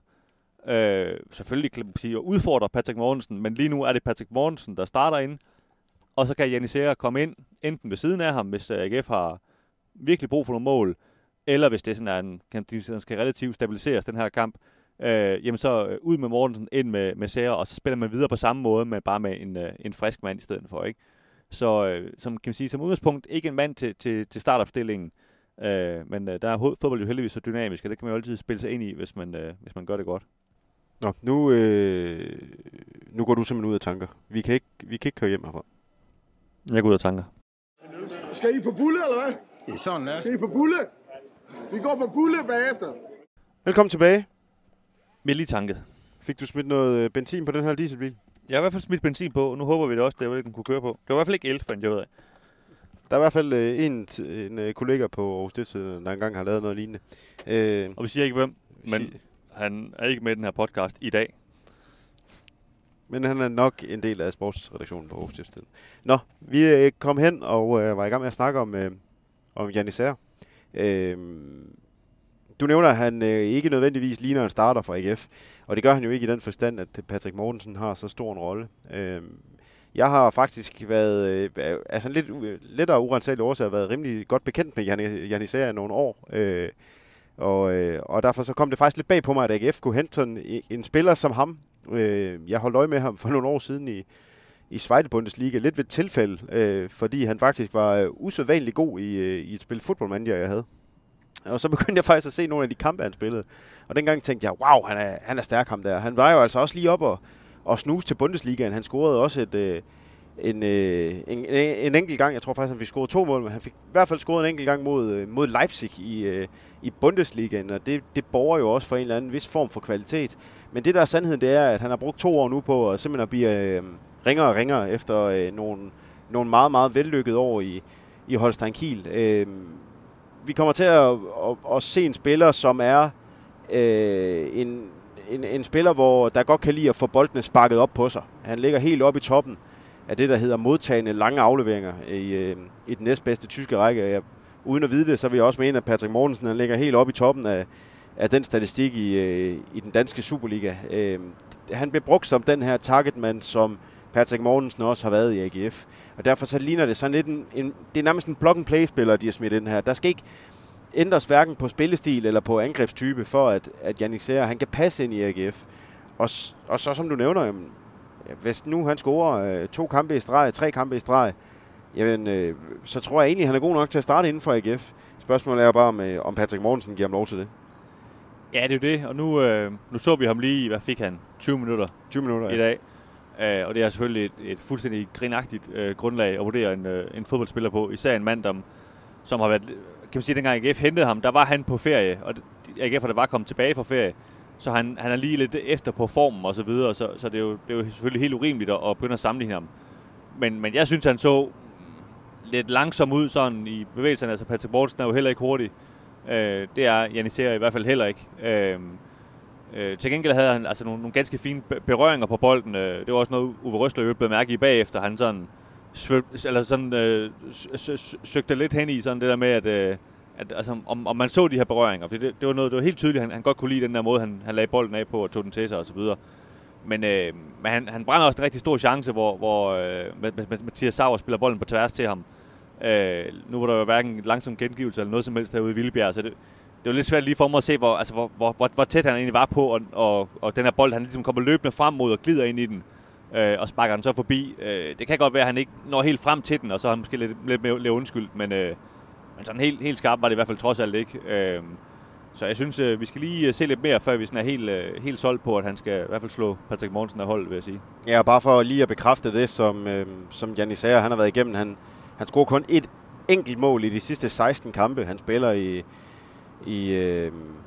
øh, selvfølgelig kan man sige, at udfordre Patrick Mortensen, men lige nu er det Patrick Mortensen, der starter ind, og så kan Jannis Serra komme ind, enten ved siden af ham, hvis A G F har virkelig brug for nogle mål, eller hvis det sådan er en, kan man skal relativt stabiliseres, den her kamp, Øh, jamen så øh, ud med Mortensen, ind med, med Serra, og så spiller man videre på samme måde, men bare med en, øh, en frisk mand i stedet for, ikke? Så øh, som kan man sige, som udgangspunkt ikke en mand til, til, til startopstillingen, øh, men øh, der er fodbold jo heldigvis så dynamisk, og det kan man jo altid spille sig ind i, hvis man, øh, hvis man gør det godt. Nå, nu, øh, nu går du simpelthen ud af tanker. Vi kan ikke, vi kan ikke køre hjem herfra. Jeg går ud af tanker. Skal I på bulle, eller hvad? Det er sådan, ja. Skal I på bulle? Vi går på bulle bagefter. Velkommen tilbage. Med lige tanke. Fik du smidt noget benzin på den her dieselbil? Jeg har i hvert fald smidt benzin på. Nu håber vi det også, det var det, den kunne køre på. Det var i hvert fald ikke el, fandt jeg ud af. Der er i hvert fald øh, en, en øh, kollega på Aarhus Stiftstidende, der engang har lavet noget lignende. Øh, og vi siger ikke hvem, men sig- han er ikke med i den her podcast i dag. Men han er nok en del af sportsredaktionen på Aarhus Stiftstidende. Nå, vi øh, kom hen og øh, var i gang med at snakke om, øh, om Jannis Serra. Øh, Du nævner, at han øh, ikke nødvendigvis ligner en starter for A G F, og det gør han jo ikke i den forstand, at Patrick Mortensen har så stor en rolle. Øh, jeg har faktisk været, øh, altså lidt uh, lettere urensageligt årsager, været rimelig godt bekendt med Jannis Serra i nogle år, øh, og, øh, og derfor så kom det faktisk lidt bag på mig, at A G F kunne hente sådan en, en spiller som ham. Øh, jeg holdt øje med ham for nogle år siden i, i Zweite Bundesliga, lidt ved et tilfælde, øh, fordi han faktisk var øh, usædvanligt god i, øh, i et spil fodboldmanager, jeg havde. Og så begyndte jeg faktisk at se nogle af de kampe, han spillede. Og dengang tænkte jeg, wow, han er, han er stærk ham der. Han var jo altså også lige op og, og snuse til Bundesligaen. Han scorede også et, øh, en, øh, en, en enkelt gang. Jeg tror faktisk, han fik scoret to mål, men han fik i hvert fald scoret en enkelt gang mod, mod Leipzig i, øh, i Bundesligaen. Og det, det borger jo også for en eller anden vis form for kvalitet. Men det der er sandheden, det er, at han har brugt to år nu på at simpelthen at blive øh, ringere og ringere efter øh, nogle, nogle meget, meget vellykkede år i, i Holstein Kiel. Øh, Vi kommer til at, at, at se en spiller, som er øh, en, en, en spiller, hvor der godt kan lide at få boldene sparket op på sig. Han ligger helt oppe i toppen af det, der hedder modtagende lange afleveringer i, øh, i den næstbedste tyske række. Jeg, uden at vide det, så vil jeg også mene, at Patrick Mortensen han ligger helt oppe i toppen af, af den statistik i, øh, i den danske Superliga. Øh, han blev brugt som den her targetman, som Patrick Mortensen også har været i A G F. Og derfor så ligner det sådan lidt en, en det er nærmest en plug-and-play-spiller, de har smidt ind her. Der skal ikke ændres hverken på spillestil eller på angrebstype, for at, at Jannik Seher, han kan passe ind i A G F. Og, og så som du nævner, jamen, hvis nu han scorer øh, to kampe i streg, tre kampe i streg, jamen, øh, så tror jeg egentlig, han er god nok til at starte inden for A G F. Spørgsmålet er bare, om, øh, om Patrick Mortensen giver ham lov til det. Ja, det er jo det. Og nu, øh, nu så vi ham lige, hvad fik han? tyve minutter, tyve minutter i dag. Øh, og det er selvfølgelig et, et fuldstændig grinagtigt øh, grundlag at vurdere en, øh, en fodboldspiller på. Især en mand, der, som har været, kan man sige, dengang A G F hentede ham, der var han på ferie. Og A G F der var kommet tilbage fra ferie. Så han, han er lige lidt efter på formen og så videre. Så, så det, er jo, det er jo selvfølgelig helt urimeligt at, at begynde at sammenligne ham. Men, men jeg synes, han så lidt langsom ud sådan i bevægelserne. Altså Patrick Mortensen er jo heller ikke hurtig. Øh, det er Jannik Seher i hvert fald heller ikke. Øh, øh, til gengæld havde han altså nogle, nogle ganske fine berøringer på bolden. Øh, det var også noget, Uwe Røsler jo blev mærke i bagefter. Han sådan, svøb, eller sådan øh, søgte lidt hen i sådan det der med, at, øh, at altså, om, om man så de her berøringer. For det, det var noget, det var helt tydeligt, han, han godt kunne lide den der måde, han, han lagde bolden af på og tog den til sig og så videre. Men, øh, men han, han brænder også en rigtig stor chance, hvor, hvor øh, Mathias Sauer spiller bolden på tværs til ham. Øh, nu var der jo hverken langsom gengivelse eller noget som helst derude i Vildbjerg, så det, det var lidt svært lige for mig at se, hvor, altså, hvor, hvor, hvor, hvor tæt han egentlig var på, og, og, og den her bold, han ligesom kommer løbende frem mod og glider ind i den, øh, og sparker den så forbi. Øh, det kan godt være, at han ikke når helt frem til den, og så er han måske lidt, lidt mere lidt undskyldt, men, øh, men sådan helt, helt skarpt var det i hvert fald trods alt ikke. Øh, så jeg synes, øh, vi skal lige se lidt mere, før vi sådan er helt, øh, helt solgt på, at han skal i hvert fald slå Patrick Mortensen af hold, vil jeg sige. Ja, bare for lige at bekræfte det, som, øh, som Jannik Seher, han har været igennem. Han, han scorer kun et enkelt mål i de sidste seksten kampe. Han spiller i, i, øh,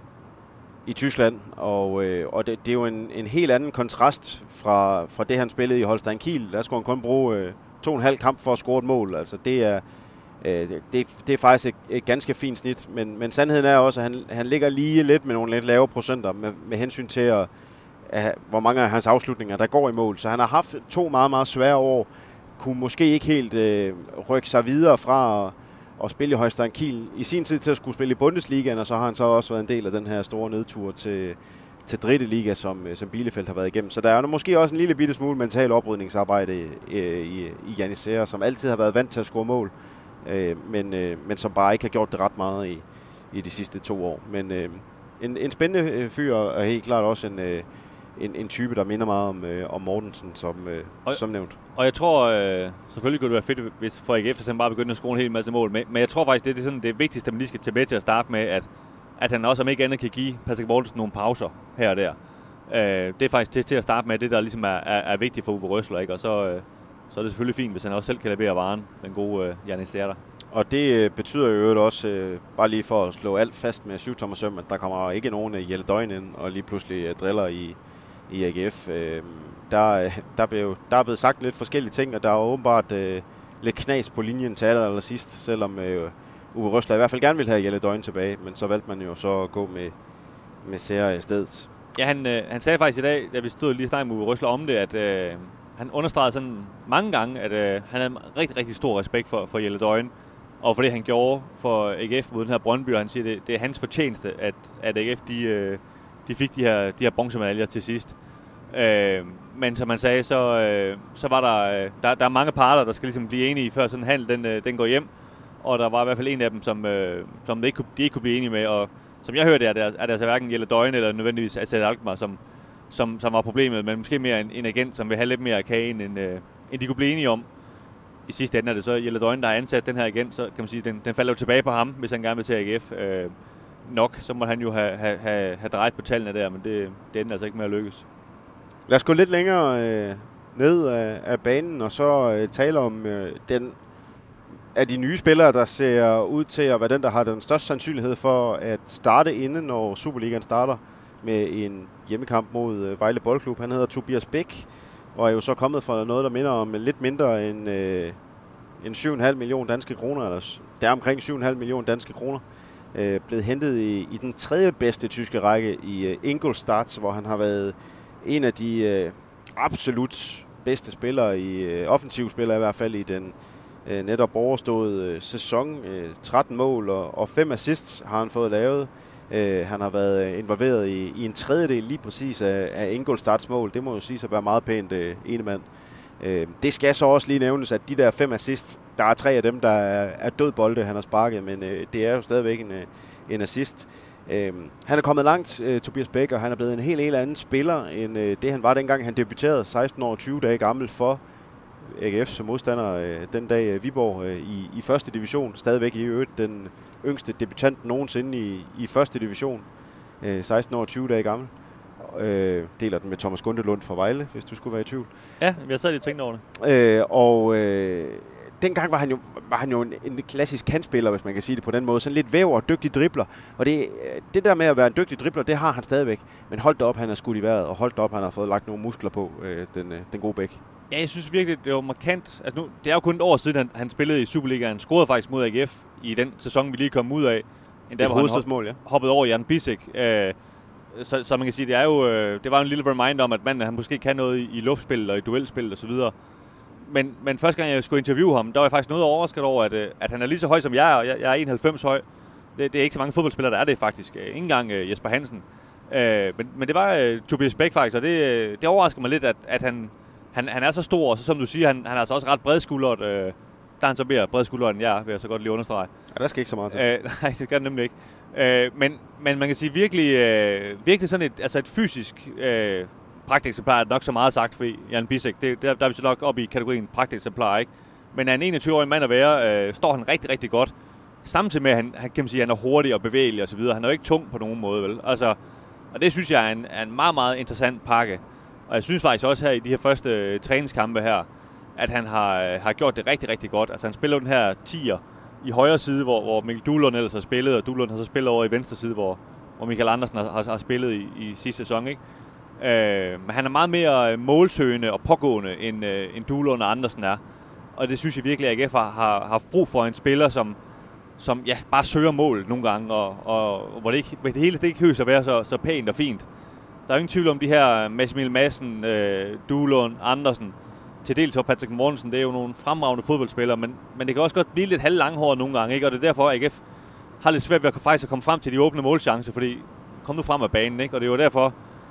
i Tyskland, og, øh, og det, det er jo en, en helt anden kontrast fra, fra det, han spillede i Holstein Kiel. Der skulle han kun bruge øh, to og en halv kamp for at score et mål. Altså, det er, øh, det, det er faktisk et, et ganske fint snit, men, men sandheden er også, at han, han ligger lige lidt med nogle lidt lave procenter med, med hensyn til, at, at, hvor mange af hans afslutninger, der går i mål. Så han har haft to meget, meget svære år, kunne måske ikke helt øh, rykke sig videre fra at, at spille i Holstein Kiel i sin tid til at skulle spille i Bundesligaen, og så har han så også været en del af den her store nedtur til, til Dritte Liga, som, som Bielefeld har været igennem. Så der er måske også en lille bitte smule mental oprydningsarbejde i, i, i Jannik Seher, som altid har været vant til at score mål, øh, men, øh, men som bare ikke har gjort det ret meget i, i de sidste to år. Men øh, en, en spændende fyr, og helt klart også en... Øh, En, en type, der minder meget om, øh, om Mortensen, som, øh, og, som nævnt. Og jeg tror, øh, selvfølgelig kunne det være fedt, hvis for A G F for bare begyndte at score en hel masse mål, men, men jeg tror faktisk, det er det, sådan, det vigtigste, man lige skal tage med til at starte med, at, at han også om ikke andet kan give Patrick Mortensen nogle pauser her og der. Øh, det er faktisk til, til at starte med, det der ligesom er, er, er vigtigt for Uwe Røsler, ikke? Og så, øh, så er det selvfølgelig fint, hvis han også selv kan levere varen, den gode øh, Jannik Seher. Og det øh, betyder jo også, øh, bare lige for at slå alt fast med syv tommer søm, at der kommer ikke nogen øh, Jelle Døgn ind og lige pludselig øh, driller i i A G F. Øh, der, der, blev, der er blevet sagt lidt forskellige ting, og der er åbenbart øh, lidt knas på linjen til aller, aller sidst, selvom øh, Uwe Røsler i hvert fald gerne ville have Jelle Døgn tilbage, men så valgte man jo så at gå med, med Seher i stedet. Ja, han, øh, han sagde faktisk i dag, da vi stod lige og snakkede med Uwe Røsler om det, at øh, han understregede sådan mange gange, at øh, han havde rigtig, rigtig stor respekt for, for Jelle Døgn, og for det, han gjorde for A G F mod den her Brøndby, og han siger, det, det er hans fortjeneste, at, at A G F de, øh, de fik de her, de her bronzemedaljer til sidst. Øh, men som man sagde, så, øh, så var der, øh, der, der er mange parter, der skal ligesom blive enige, før sådan en handel, den, øh, den går hjem. Og der var i hvert fald en af dem, som, øh, som de, ikke kunne, de ikke kunne blive enige med. Og som jeg hørte, er det, er det altså hverken Jelle Døgn eller nødvendigvis Asad Alkmaar, som, som, som var problemet, men måske mere en, en agent, som vil have lidt mere af kagen, end, øh, end de kunne blive enige om. I sidste ende er det så Jelle Døgn, der har ansat den her agent, så kan man sige, den, den falder jo tilbage på ham, hvis han gerne vil til A G F. Øh, nok, så må han jo have, have, have, have drejet på tallene der, men det, det ender altså ikke med at lykkes. Lad os gå lidt længere øh, ned af, af banen, og så øh, tale om øh, den af de nye spillere, der ser ud til at være den, der har den største sandsynlighed for at starte inden, når Superligaen starter med en hjemmekamp mod øh, Vejle Boldklub. Han hedder Tobias Bæk, og er jo så kommet fra noget, der minder om lidt mindre end, øh, end syv komma fem millioner danske kroner, eller der omkring syv komma fem millioner danske kroner. Øh, blevet hentet i, i den tredje bedste tyske række i øh, Ingolstadt, hvor han har været en af de øh, absolut bedste spillere, i øh, offensive spillere i hvert fald, i den øh, netop overståede øh, sæson. Øh, tretten mål og, og fem assists har han fået lavet. Øh, han har været involveret i, i en tredjedel lige præcis af, af Ingolstadts mål. Det må jo sige at være meget pænt øh, ene mand. Øh, det skal så også lige nævnes, at de der fem assist, der er tre af dem, der er, er død bolde, han har sparket, men øh, det er jo stadigvæk en, en assist. Øh, han er kommet langt, øh, Tobias Bæk, og han er blevet en helt, helt anden spiller, end øh, det han var dengang, han debuterede seksten år og tyve dage gammel for A G F som modstander øh, den dag øh, Viborg øh, i, i første division. Stadigvæk i øvrigt den yngste debutant nogensinde i, i første division. Øh, seksten år og tyve dage gammel. Øh, deler den med Thomas Gundelund fra Vejle, hvis du skulle være i tvivl. Ja, jeg sad lige og tænkte over det. Øh, og øh, dengang var han jo, var han jo en, en klassisk kantspiller, hvis man kan sige det på den måde. Sådan lidt væver og dygtig dribler. Og det, det der med at være en dygtig dribler, det har han stadigvæk. Men holdt op, han er skudt i vejret, og holdt op, han har fået lagt nogle muskler på, øh, den, øh, den gode Bæk. Ja, jeg synes virkelig, det var markant. Altså nu, det er jo kun et år siden, han, han spillede i Superligaen. Han scorede faktisk mod A G F i den sæson, vi lige kom ud af. En der, hvor han hop, ja. hoppede over Jan Bisek. Øh, så, så man kan sige, det er jo øh, det var en lille reminder om, at manden han måske kan noget i, i luftspil og i duelspil og så videre. Men, men første gang jeg skulle interviewe ham, der var jeg faktisk noget overrasket over, at, at han er lige så høj som jeg er, og jeg, jeg er enoghalvfems høj. Det, det er ikke så mange fodboldspillere, der er det faktisk. Ingen engang uh, Jesper Hansen. Uh, men, men det var uh, Tobias Bæk faktisk, og det, det overrasker mig lidt, at, at han, han, han er så stor, og så, som du siger, han, han er altså også ret bredskuldret. Uh, der er han så mere bredskuldret end jeg, vil jeg så godt lige understrege. Ja, der skal ikke så meget til. Uh, nej, det gør nemlig ikke. Uh, men, men man kan sige virkelig, uh, virkelig sådan et, altså et fysisk uh, pragteksemplar er nok så meget sagt, fordi Jan Bisek, det, der, der er vi så nok oppe i kategorien pragteksemplar, ikke? Men er en enogtyve-årig mand at være, uh, står han rigtig, rigtig godt. Samtidig med, at han, han, kan man sige, han er hurtig og bevægelig og så videre. Han er jo ikke tung på nogen måde, vel? Altså, og det synes jeg er en, er en meget, meget interessant pakke. Og jeg synes faktisk også her i de her første øh, træningskampe her, at han har, øh, har gjort det rigtig, rigtig godt. Altså han spiller den her tier i højre side, hvor, hvor Mikkel Duhlund ellers har spillet, og Duhlund har så spillet over i venstre side, hvor, hvor Michael Andersen har, har, har spillet i, i sidste sæson, ikke? Øh, men han er meget mere målsøgende og pågående, end, øh, end Duhlund og Andersen er. Og det synes jeg virkelig, at A G F har, har haft brug for en spiller, som som ja, bare søger mål nogle gange, og, og hvor det, ikke, det hele det ikke høres at være så, så pænt og fint. Der er jo ingen tvivl om de her Massimil Madsen, øh, Duhlund, Andersen, til dels og Patrick Mortensen, det er jo nogle fremragende fodboldspillere, men, men det kan også godt blive lidt halvlanghåret nogle gange, ikke? Og det er derfor, at A G F har lidt svært ved at faktisk at komme frem til de åbne målchancer, fordi kom nu frem af banen, ikke? Og det er jo derfor,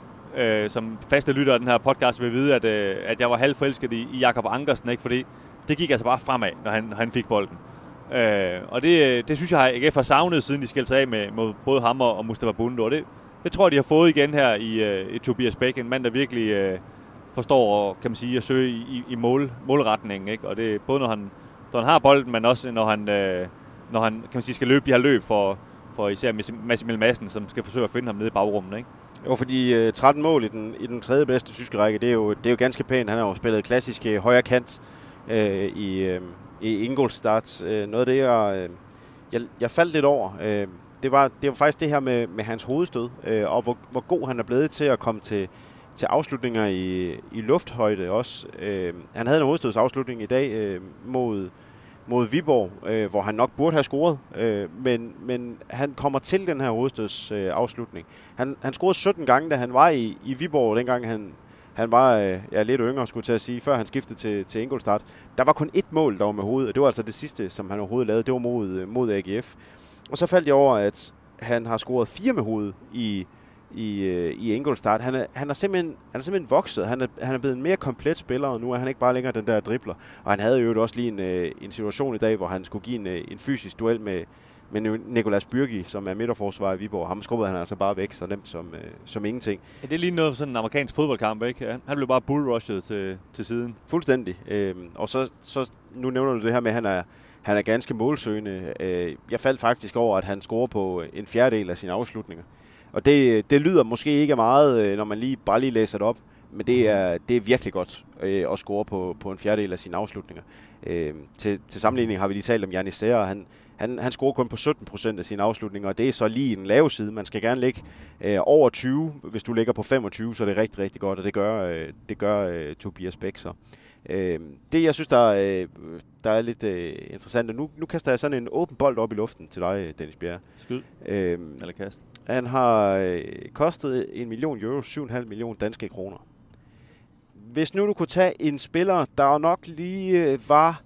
øh, som faste lytter af den her podcast vil vide, at, øh, at jeg var halvforelsket i, i Jakob Ankersen, ikke? Fordi det gik altså bare fremad, når han, når han fik bolden. Øh, og det, det synes jeg, at A G F har savnet, siden de skilte sig af med, med både ham og Mustafa Bundu. Og det, det tror jeg, de har fået igen her i, uh, i Tobias Bæk. En mand, der virkelig uh, forstår kan man sige, at søge i, i mål, målretningen. Ikke? Og det er både, når han, når han har bolden, men også når han, uh, når han kan man sige, skal løbe de her løb for, for især Massimil Madsen, som skal forsøge at finde ham nede i bagrummet. Ikke? Jo, fordi uh, tretten mål i den, i den tredje bedste tyske række, det er jo, det er jo ganske pænt. Han har jo spillet klassisk uh, højre kant uh, i... Uh, i Ingolstadt. Øh, noget af det, jeg, jeg, jeg faldt lidt over, øh, det, var, det var faktisk det her med, med hans hovedstød, øh, og hvor, hvor god han er blevet til at komme til, til afslutninger i, i lufthøjde også. Øh, han havde en hovedstødsafslutning i dag øh, mod, mod Viborg, øh, hvor han nok burde have scoret, øh, men, men han kommer til den her hovedstødsafslutning. Øh, han, han scorede sytten gange, da han var i, i Viborg, dengang han Han var øh, ja, lidt yngre, skulle jeg til at sige, før han skiftede til, til Ingolstadt. Der var kun ét mål, der var med hovedet, og det var altså det sidste, som han overhovedet lavede. Det var mod, mod A G F. Og så faldt jeg over, at han har scoret fire med hovedet i, i, øh, i Ingolstadt. Han er, han, er simpelthen, han er simpelthen vokset. Han er, han er blevet en mere komplet spiller, og nu er han ikke bare længere den der dribler. Og han havde jo også lige en, øh, en situation i dag, hvor han skulle give en, øh, en fysisk duel med, med Nicolas Bürgi, som er midterforsvarer i Viborg. Ham skubbede han altså bare væk, så nemt som, øh, som ingenting. Ja, det er lige noget sådan en amerikansk fodboldkamp, ikke? Ja, han blev bare bullrushet til, til siden. Fuldstændig. Øhm, og så, så, nu nævner du det her med, at han er, han er ganske målsøgende. Øh, jeg faldt faktisk over, at han scorer på en fjerdedel af sine afslutninger. Og det, det lyder måske ikke meget, når man lige, bare lige læser det op, men det er, det er virkelig godt øh, at score på, på en fjerdedel af sine afslutninger. Øh, til, til sammenligning har vi lige talt om Janis Serra. Han, han, han scorer kun på sytten procent af sine afslutninger, og det er så lige en lave side. Man skal gerne ligge øh, over tyve. Hvis du ligger på femogtyve, så er det rigtig, rigtig godt, og det gør, øh, det gør øh, Tobias Bæk så. Øh, det, jeg synes, der, øh, der er lidt øh, interessant, og nu, nu kaster jeg sådan en åben bold op i luften til dig, Dennis Bjerre. Skyd. Øh, Eller kast. Han har øh, kostet en million euro, syv komma fem millioner danske kroner. Hvis nu du kunne tage en spiller, der nok lige øh, var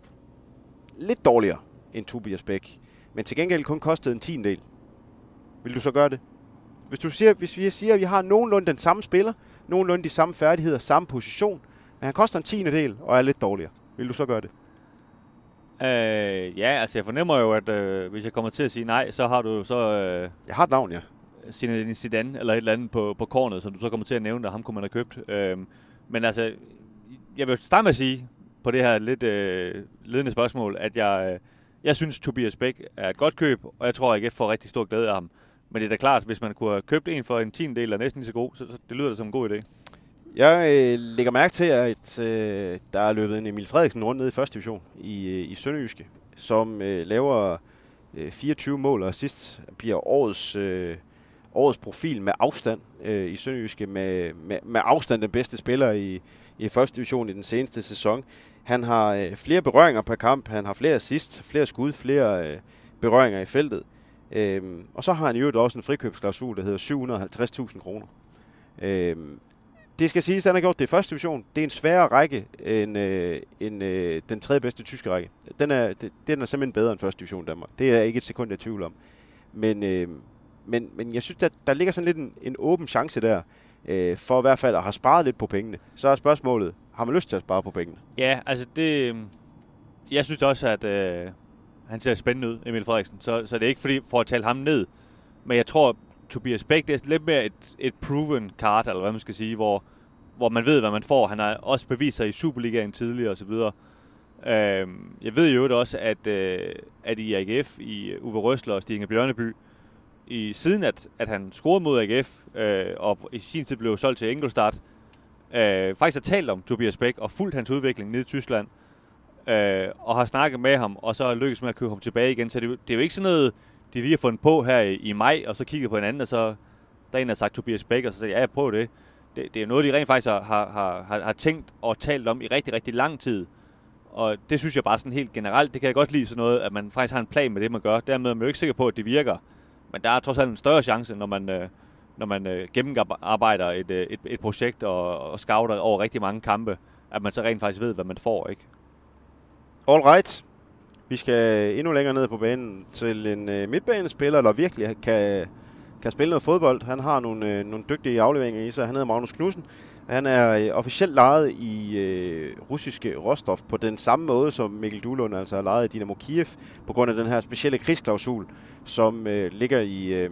lidt dårligere end Tobias Bæk, men til gengæld kun kostede en tiendedel, vil du så gøre det? Hvis, du siger, hvis vi siger, at vi har nogenlunde den samme spiller, nogenlunde de samme færdigheder, samme position, han koster en tiende del og er lidt dårligere. Vil du så gøre det? Øh, ja, altså jeg fornemmer jo, at øh, hvis jeg kommer til at sige nej, så har du så... Øh, jeg har et navn, ja. Zinedine Zidane eller et eller andet på, på kornet, som du så kommer til at nævne, og ham kunne man have købt. Øh, men altså, jeg vil starte med at sige på det her lidt øh, ledende spørgsmål, at jeg, øh, jeg synes, Tobias Bæk er et godt køb, og jeg tror, at A G F får rigtig stor glæde af ham. Men det er da klart, hvis man kunne have købt en for en tiendedel og næsten lige så god, så, så det lyder da som en god idé. Jeg øh, lægger mærke til, at øh, der er løbet en Emil Frederiksen rundt nede i første division i, øh, i Sønderjyske, som øh, laver øh, fireogtyve mål og sidst bliver årets, øh, årets profil med afstand øh, i Sønderjyske, med, med, med afstand den bedste spiller i, i første division i den seneste sæson. Han har øh, flere berøringer per kamp, han har flere assist, flere skud, flere øh, berøringer i feltet. Øhm, og så har han jo også en frikøbsklausul, der hedder syv hundrede og halvtreds tusind kroner. Øhm, det skal siges, at han har gjort det i første division. Det er en sværere række end, øh, end øh, den tredje bedste tyske række. Den er, det, den er simpelthen bedre end første division i Danmark. Det er ikke et sekund, jeg tvivl om. Men, øh, men, men jeg synes, at der ligger sådan lidt en, en åben chance der, øh, for i hvert fald at have sparet lidt på pengene. Så er spørgsmålet, har man lyst til at spare på pengene? Ja, altså det... Jeg synes også, at... Øh han ser spændende ud, Emil Frederiksen, så, så det er ikke fordi for at tale ham ned. Men jeg tror, Tobias Bæk, det er lidt mere et, et proven card, eller hvad man skal sige, hvor, hvor man ved, hvad man får. Han har også bevist sig i Superligaen tidligere osv. Øh, jeg ved jo også, at, øh, at i A G F, i Uwe Røsler og Stig Inge Bjørneby, i siden at, at han scorede mod A G F, øh, og i sin tid blev solgt til Ingolstadt, øh, faktisk har talt om Tobias Bæk og fulgt hans udvikling nede i Tyskland, Øh, og har snakket med ham, og så er lykkes med at købe ham tilbage igen. Så det, det er jo ikke sådan noget, de lige har fundet på her i, i maj, og så kigget på hinanden, og så der er en, der har sagt Tobias Bæk, og så sagde jeg, ja, jeg prøver det. det. Det er noget, de rent faktisk har, har, har, har tænkt og talt om i rigtig, rigtig lang tid. Og det synes jeg bare sådan helt generelt, det kan jeg godt lide sådan noget, at man faktisk har en plan med det, man gør. Dermed er man jo ikke sikker på, at det virker. Men der er trods alt en større chance, når man, øh, når man øh, gennemarbejder et, øh, et, et projekt og, og scouter over rigtig mange kampe, at man så rent faktisk ved, hvad man får, ikke? All right. Vi skal endnu længere ned på banen til en øh, midtbanespiller, der virkelig kan, kan spille noget fodbold. Han har nogle, øh, nogle dygtige afleveringer i sig. Han hedder Magnus Knudsen. Han er øh, officielt lejet i øh, russiske Rostov på den samme måde, som Mikkel Duelund altså er lejet i Dynamo Kiev, på grund af den her specielle krigsklausul, som øh, ligger i, øh,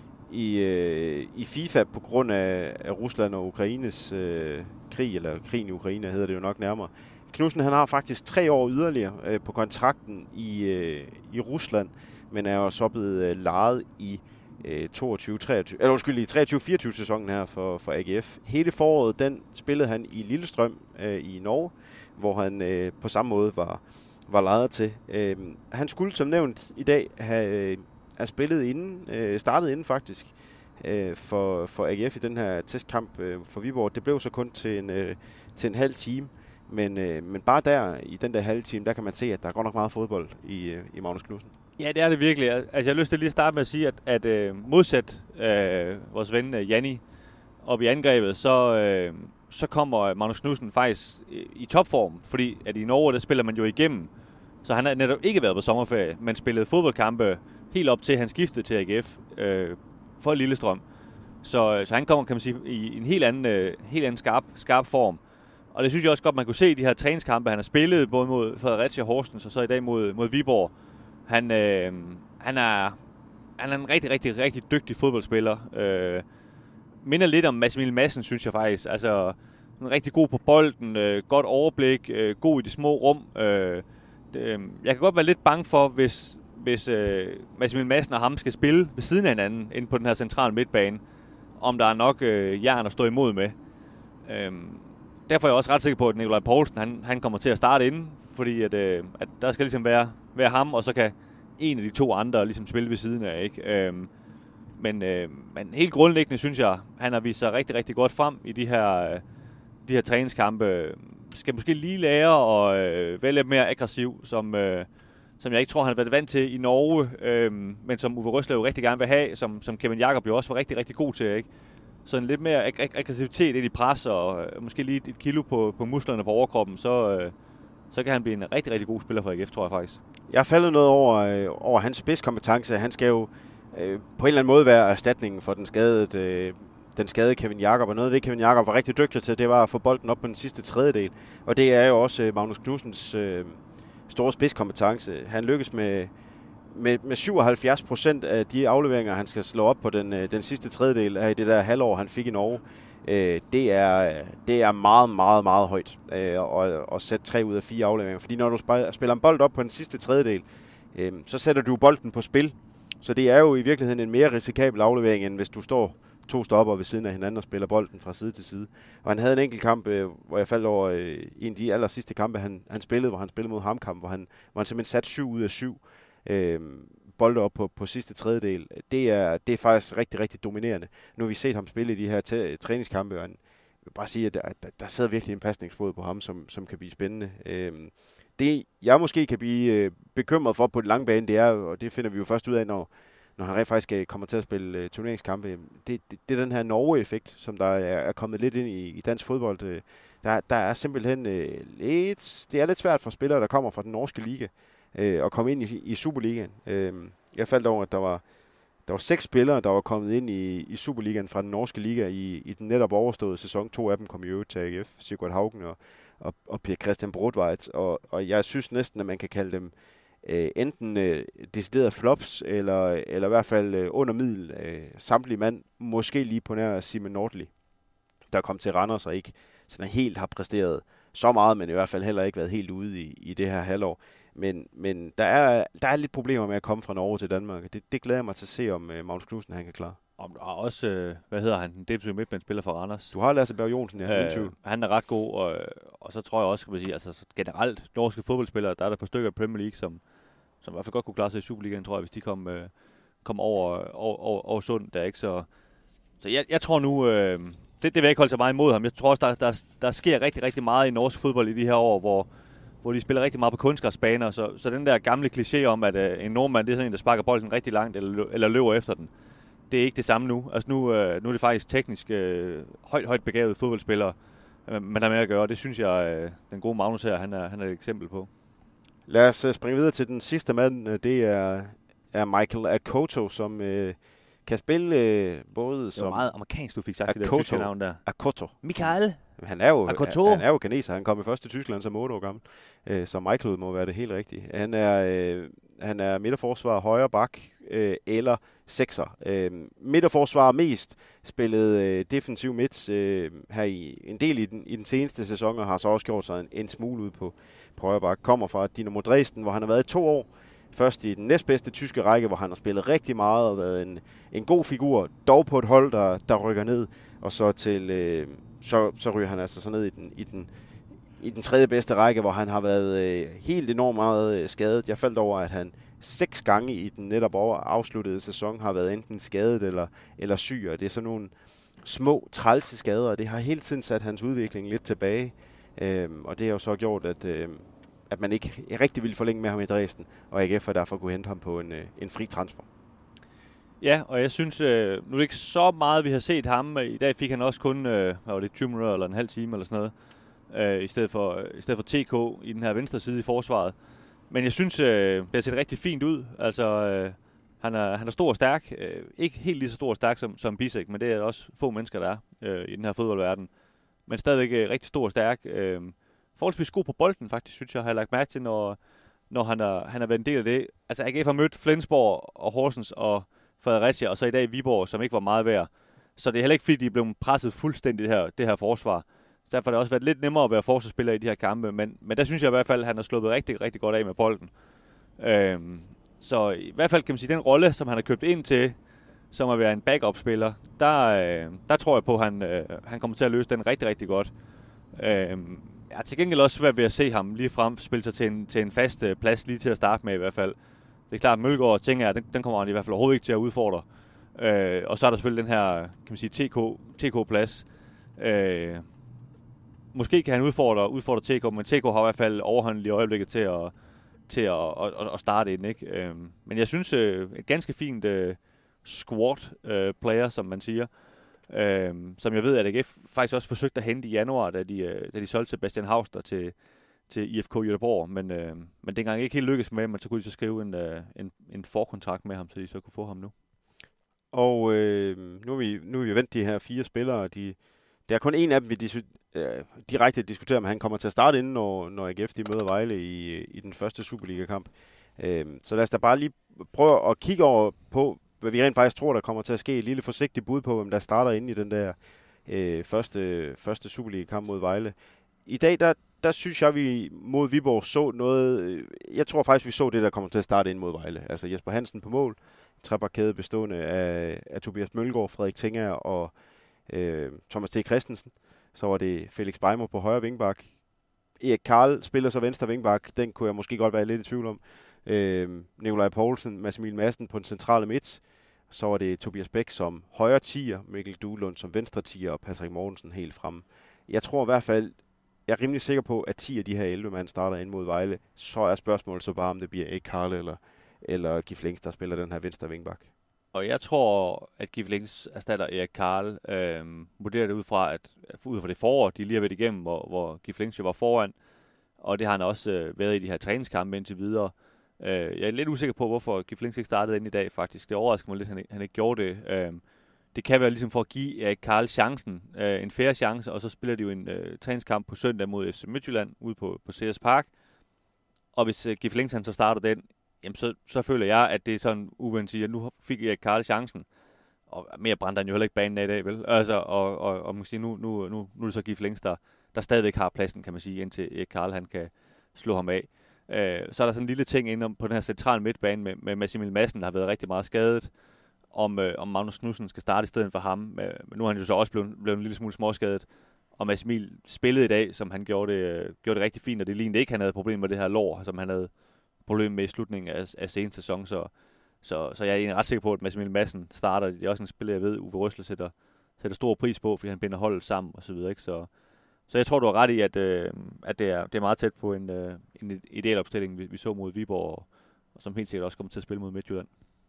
i, øh, i FIFA på grund af, af Rusland og Ukraines øh, krig, eller krigen i Ukraine hedder det jo nok nærmere. Knudsen, han har faktisk tre år yderligere øh, på kontrakten i, øh, i Rusland, men er jo så blevet øh, lejet i øh, toogtyve treogtyve, eller undskyld, i treogtyve fireogtyve sæsonen her for, for A G F. Hele foråret, den spillede han i Lillestrøm øh, i Norge, hvor han øh, på samme måde var, var lejet til. Øh, han skulle som nævnt i dag have, have spillet inden, øh, startet inden faktisk, øh, for, for A G F i den her testkamp øh, for Viborg. Det blev så kun til en, øh, til en halv time. Men, øh, men bare der, i den der halve time, der kan man se, at der er godt nok meget fodbold i, øh, i Magnus Knudsen. Ja, det er det virkelig. Altså, jeg har lyst til lige at starte med at sige, at, at øh, modsat øh, vores ven øh, Janni op i angrebet, så, øh, så kommer Magnus Knudsen faktisk i, i topform. Fordi at i Norge, der spiller man jo igennem. Så han har netop ikke været på sommerferie, men spillet fodboldkampe helt op til, han skiftede til A G F øh, for Lillestrøm. Så, så han kommer, kan man sige, i en helt anden, øh, helt anden skarp, skarp form. Og det synes jeg også godt, man kunne se i de her træningskampe, han har spillet, både mod Fredericia Horsens og så i dag mod, mod Viborg. Han, øh, han, er, han er en rigtig, rigtig, rigtig dygtig fodboldspiller. Øh, minder lidt om Mads Emil Madsen, synes jeg faktisk. Altså, en rigtig god på bolden, øh, godt overblik, øh, god i de små rum. Øh, det, øh, jeg kan godt være lidt bange for, hvis, hvis øh, Mads Emil Madsen og ham skal spille ved siden af hinanden, inde på den her centrale midtbane, om der er nok øh, jern at stå imod med. Øh, Derfor er jeg også ret sikker på, at Nikolaj Poulsen han, han kommer til at starte inden, fordi at, øh, at der skal ligesom være, være ham, og så kan en af de to andre ligesom spille ved siden af, ikke? Øhm, men, øh, men helt grundlæggende synes jeg, han har vist sig rigtig, rigtig godt frem i de her, øh, de her træningskampe. Skal måske lige lære at øh, være lidt mere aggressiv, som, øh, som jeg ikke tror, han har været vant til i Norge, øh, men som Uwe Røsler jo rigtig gerne vil have, som, som Kevin Jakob jo også var rigtig, rigtig god til, ikke? Sådan lidt mere ag- ag- aggressivitet ind i pres, og øh, måske lige et kilo på, på musklerne på overkroppen, så, øh, så kan han blive en rigtig, rigtig god spiller for A G F, tror jeg faktisk. Jeg har faldet noget over, øh, over hans spidskompetence. Han skal jo øh, på en eller anden måde være erstatningen for den skadede øh, den skadede Kevin Jakob, og noget af det, Kevin Jakob var rigtig dygtig til, det var at få bolden op på den sidste tredjedel. Og det er jo også Magnus Knudsens øh, store spidskompetence. Han lykkes med, med, med syvoghalvfjerds procent af de afleveringer, han skal slå op på den, øh, den sidste tredjedel af det der halvår, han fik i Norge. Øh, det, er, det er meget, meget, meget højt øh, at, at sætte tre ud af fire afleveringer. Fordi når du spiller en bold op på den sidste tredjedel, øh, så sætter du bolden på spil. Så det er jo i virkeligheden en mere risikabel aflevering, end hvis du står to stopper ved siden af hinanden og spiller bolden fra side til side. Og han havde en enkelt kamp, øh, hvor jeg faldt over øh, en af de aller sidste kampe, han, han spillede, hvor han spillede mod Hamkamp, hvor han, hvor han simpelthen satte syv ud af syv øh, bolde op på, på sidste tredjedel. Det er, det er faktisk rigtig, rigtig dominerende. Nu har vi set ham spille i de her t- træningskampe, og han, jeg vil bare sige, at der, der, der sidder virkelig en pasningsfod på ham, som, som kan blive spændende. Øh, det, jeg måske kan blive øh, bekymret for på den lange bane, det er, og det finder vi jo først ud af, når når han rent faktisk kommer til at spille uh, turneringskampe, det, det, det er den her Norge-effekt, som der er, er kommet lidt ind i, i dansk fodbold. Der, der er simpelthen uh, lidt, det er lidt svært for spillere, der kommer fra den norske liga, uh, at komme ind i, i Superligaen. Uh, jeg faldt over, at der var, der var seks spillere, der var kommet ind i, i Superligaen fra den norske liga i, i den netop overståede sæson. To af dem kom i øvrigt til A G F, Sigurd Haugen og, og, og Per Christian Brodvejt, og, og jeg synes næsten, at man kan kalde dem Uh, enten uh, deciderede flops, eller, eller i hvert fald uh, under middel. Uh, samtlige mand, måske lige på nær Simon Nordli, der kom til Randers og ikke sådan helt har præsteret så meget, men i hvert fald heller ikke været helt ude i, i det her halvår. Men, men der, er, der er lidt problemer med at komme fra Norge til Danmark. Det, det glæder jeg mig til at se, om uh, Magnus Knudsen han kan klare. Og også, øh, hvad hedder han, den defensive midtbanespiller fra Randers. Du har Lasse Berg Jonsen, ja. Øh, han er ret god, og, og så tror jeg også, kan man sige, altså generelt norske fodboldspillere, der er der på stykker i Premier League, som som i hvert fald godt kunne klare sig i Superligaen, tror jeg, hvis de kom, øh, kom over, over, over, over sund der, ikke? Så, så jeg, jeg tror nu, øh, det, det vil jeg ikke holde så meget imod ham. Jeg tror også, der, der, der sker rigtig, rigtig meget i norsk fodbold i de her år, hvor, hvor de spiller rigtig meget på kunstgræsbaner, så, så den der gamle kliché om, at øh, en nordmand, det er sådan en, der sparker bolden rigtig langt, eller, eller løber efter den, det er ikke det samme nu. Altså nu, øh, nu er det faktisk teknisk øh, højt, højt begavede fodboldspillere, øh, man har med at gøre. Det synes jeg, øh, den gode Magnus her, han er, han er et eksempel på. Lad os springe videre til den sidste mand. Det er, er Michael Akoto, som øh, kan spille øh, både som... Det var meget amerikansk, du fik sagt Akoto. Det der tyske navn der. Akoto. Michael. Han er jo, Akoto. Han, han er jo kineser. Han kom først til Tyskland som otte år gammel. Øh, så Michael må være det helt rigtige. Han er, øh, han er midterforsvar, højre bak øh, eller sekser. Øh, midterforsvar mest spillet øh, defensiv midt øh, her i en del i den, i den seneste sæson, og har så også gjort sig en, en smule ud på, på højre bak. Kommer fra Dynamo Dresden, hvor han har været i to år. Først i den næstbedste tyske række, hvor han har spillet rigtig meget og været en, en god figur, dog på et hold, der, der rykker ned. Og så til øh, så, så ryger han altså så ned i den, i den, i den tredje bedste række, hvor han har været øh, helt enormt meget øh, skadet. Jeg faldt over, at han seks gange i den netop over afsluttede sæson har været enten skadet eller, eller syg, og det er sådan nogle små, trælse skader, og det har hele tiden sat hans udvikling lidt tilbage. Øhm, og det har jo så gjort, at, øh, at man ikke rigtig ville forlænge med ham i Dresden, og A G F har derfor kunne hente ham på en, øh, en fri transfer. Ja, og jeg synes, øh, nu er det ikke så meget, vi har set ham. I dag fik han også kun, øh, hvad var det, tyve minutter eller en halv time eller sådan noget, øh, i, stedet for, øh, i stedet for T K i den her venstre side i forsvaret. Men jeg synes, øh, det har set rigtig fint ud. Altså, øh, han, er, han er stor og stærk. Øh, ikke helt lige så stor og stærk som, som Bisek, men det er også få mennesker, der er øh, i den her fodboldverden. Men stadigvæk øh, rigtig stor og stærk. Øh, forholdsvis god på bolden, faktisk, synes jeg, har jeg lagt mærke til, når, når han, er, han er været en del af det. Altså, A G F har mødt Flensborg og Horsens og Fredericia, og så i dag Viborg, som ikke var meget værd. Så det er heller ikke, fordi de er blevet presset fuldstændig det her, det her forsvar. Derfor har det også været lidt nemmere at være forsvarsspiller i de her kampe, men, men der synes jeg i hvert fald, at han har sluppet rigtig, rigtig godt af med bolden. Øhm, så i hvert fald kan man sige, den rolle, som han har købt ind til, som at være en backup-spiller, der, øh, der tror jeg på, at han, øh, han kommer til at løse den rigtig, rigtig godt. Øhm, jeg er til gengæld også svært ved at se ham lige frem spille sig til en, til en fast øh, plads lige til at starte med i hvert fald. Det er klart, at Mølgaard tænker jeg, den, den kommer han i hvert fald overhovedet ikke til at udfordre. Øh, og så er der selvfølgelig den her, kan man sige, T K, T K-plads. Øh, måske kan han udfordre, udfordre T K, men T K har i hvert fald overhånden i øjeblikket til at, til at, at, at, at starte ind, ikke? Øh, men jeg synes, øh, et ganske fint øh, squad-player, øh, som man siger. Øh, som jeg ved, at A G F faktisk også forsøgte at hente i januar, da de, øh, da de solgte Sebastian Hauster til til I F K Göteborg, men, øh, men dengang ikke helt lykkedes med, men så kunne de så skrive en, øh, en, en forkontrakt med ham, så de så kunne få ham nu. Og øh, nu, er vi, nu er vi vendt de her fire spillere. De, der er kun en af dem, vi dis- øh, direkte diskuterer, om han kommer til at starte inden, når, når A G F de møder Vejle i, i den første Superliga-kamp. Øh, så lad os da bare lige prøve at kigge over på, hvad vi rent faktisk tror, der kommer til at ske. Et lille forsigtigt bud på, hvem der starter inde i den der øh, første, første Superliga-kamp mod Vejle. I dag, der, der synes jeg, vi mod Viborg så noget. Jeg tror faktisk, vi så det, der kommer til at starte ind mod Vejle. Altså Jesper Hansen på mål. Trebakkæde bestående af, af Tobias Mølgaard, Frederik Tinger og øh, Thomas T. Christensen. Så var det Felix Beimer på højre vingbak. Erik Karl spiller så venstre vingbak. Den kunne jeg måske godt være lidt i tvivl om. Øh, Nikolaj Poulsen, Mads Emil Madsen på den centrale midt. Så var det Tobias Bæk som højre tier, Mikkel Duelund som venstre tier og Patrick Mortensen helt fremme. Jeg tror i hvert fald, jeg er rimelig sikker på, at ti af de her elleve mand starter ind mod Vejle. Så er spørgsmålet så bare, om det bliver Erik Karl eller, eller Gif Links, der spiller den her venstre vingbak. Og jeg tror, at Gif Links erstatter Erik Karl. Øh, vurderer det ud fra, at ud fra det forår, de lige har været igennem, hvor, hvor Gif Links jo var foran. Og det har han også øh, været i de her træningskampe indtil videre. Øh, jeg er lidt usikker på, hvorfor Gif Links ikke startede ind i dag, faktisk. Det overrasker mig lidt, at han, han ikke gjorde det. Øh, det kan være ligesom for at give Erik Karl chancen, øh, en fair chance, og så spiller de jo en øh, træningskamp på søndag mod F C Midtjylland ude på, på C S Park. Og hvis øh, Gif Links han så starter den, jamen så, så føler jeg, at det er sådan uventigt, at nu fik Erik Karl chancen. Og mere brændte han jo heller ikke banen af i dag, vel? Altså, og, og, og man kan sige, nu, nu, nu, nu er det så Gif Links, der, der stadigvæk har pladsen, kan man sige, indtil Erik Karl han kan slå ham af. Øh, så er der sådan en lille ting inde på den her centrale midtbane med, med Mads Emil Madsen, der har været rigtig meget skadet, om, øh, om Magnus Knudsen skal starte i stedet for ham. Men nu er han jo så også blevet, blevet en lille smule småskadet. Og Mads Emil spillede i dag, som han gjorde det, øh, gjorde det rigtig fint, og det lignede ikke, han havde problemer med det her lår, som han havde problem med i slutningen af, af seneste sæson. Så, så, så jeg er egentlig ret sikker på, at Mads Emil Madsen starter. Det er også en spiller, jeg ved, Uwe Røsler sætter, sætter stor pris på, fordi han binder holdet sammen og så videre, ikke? Så, så jeg tror, du har ret i, at, øh, at det, er, det er meget tæt på en, øh, en ideel opstilling, vi, vi så mod Viborg, og, og som helt sikkert også kommer til at spille mod Midtjylland.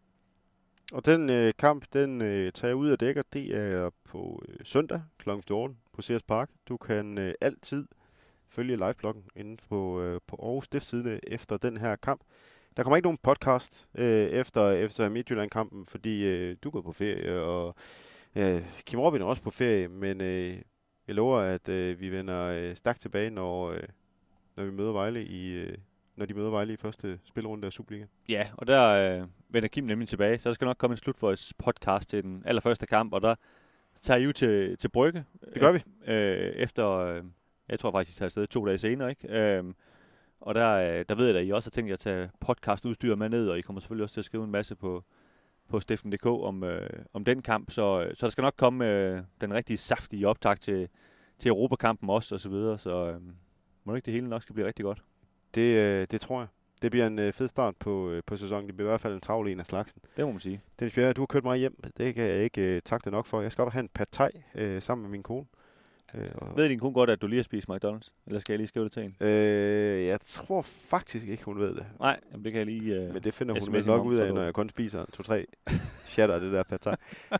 Og den øh, kamp, den øh, tager ud af dækker, det er på øh, søndag klokken fjorten på C S Park. Du kan øh, altid følge live-bloggen inde på, øh, på Aarhus Stiftstidende efter den her kamp. Der kommer ikke nogen podcast øh, efter, efter Midtjylland-kampen, fordi øh, du går på ferie, og øh, Kim Robin er også på ferie, men øh, jeg lover, at øh, vi vender øh, stærkt tilbage, når, øh, når vi møder Vejle i, øh, når de møder Vejle i første spilrunde af Superliga. Ja, og der øh, vender Kim nemlig tilbage, så der skal nok komme en slut for et podcast til den allerførste kamp, og der tager I jo til, til Brygge. Det gør vi. Øh, efter, øh, jeg tror faktisk, I tager afsted to dage senere, ikke? Øh, og der, øh, der ved jeg, at I også har tænkt jer at tage podcastudstyr med ned, og I kommer selvfølgelig også til at skrive en masse på, på Stiften punktum d k om, øh, om den kamp, så, så der skal nok komme øh, den rigtig saftige optakt til, til Europakampen også, og så videre, så øh, må ikke det hele nok skal blive rigtig godt. Det, øh, det tror jeg. Det bliver en øh, fed start på, øh, på sæsonen. Det bliver i hvert fald en travl en af slagsen. Det må man sige. Dennis Bjerre, du har kørt mig hjem. Det kan jeg ikke øh, takke dig nok for. Jeg skal op have en pad thai øh, sammen med min kone. Øh, ved din kone godt, at du lige har spist McDonald's? Eller skal jeg lige skrive det til hende? Øh, jeg tror faktisk ikke, hun ved det. Nej, jamen det kan jeg lige... Øh, Men det finder hun nok ud af, når jeg kun spiser to-tre shatter af det der pad thai.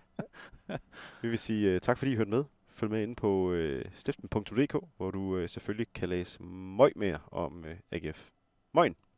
Vi vil sige uh, tak, fordi I hørte med. Følg med inde på uh, stiften punktum d k, hvor du uh, selvfølgelig kan læse møg mere om uh, A G F. Moin!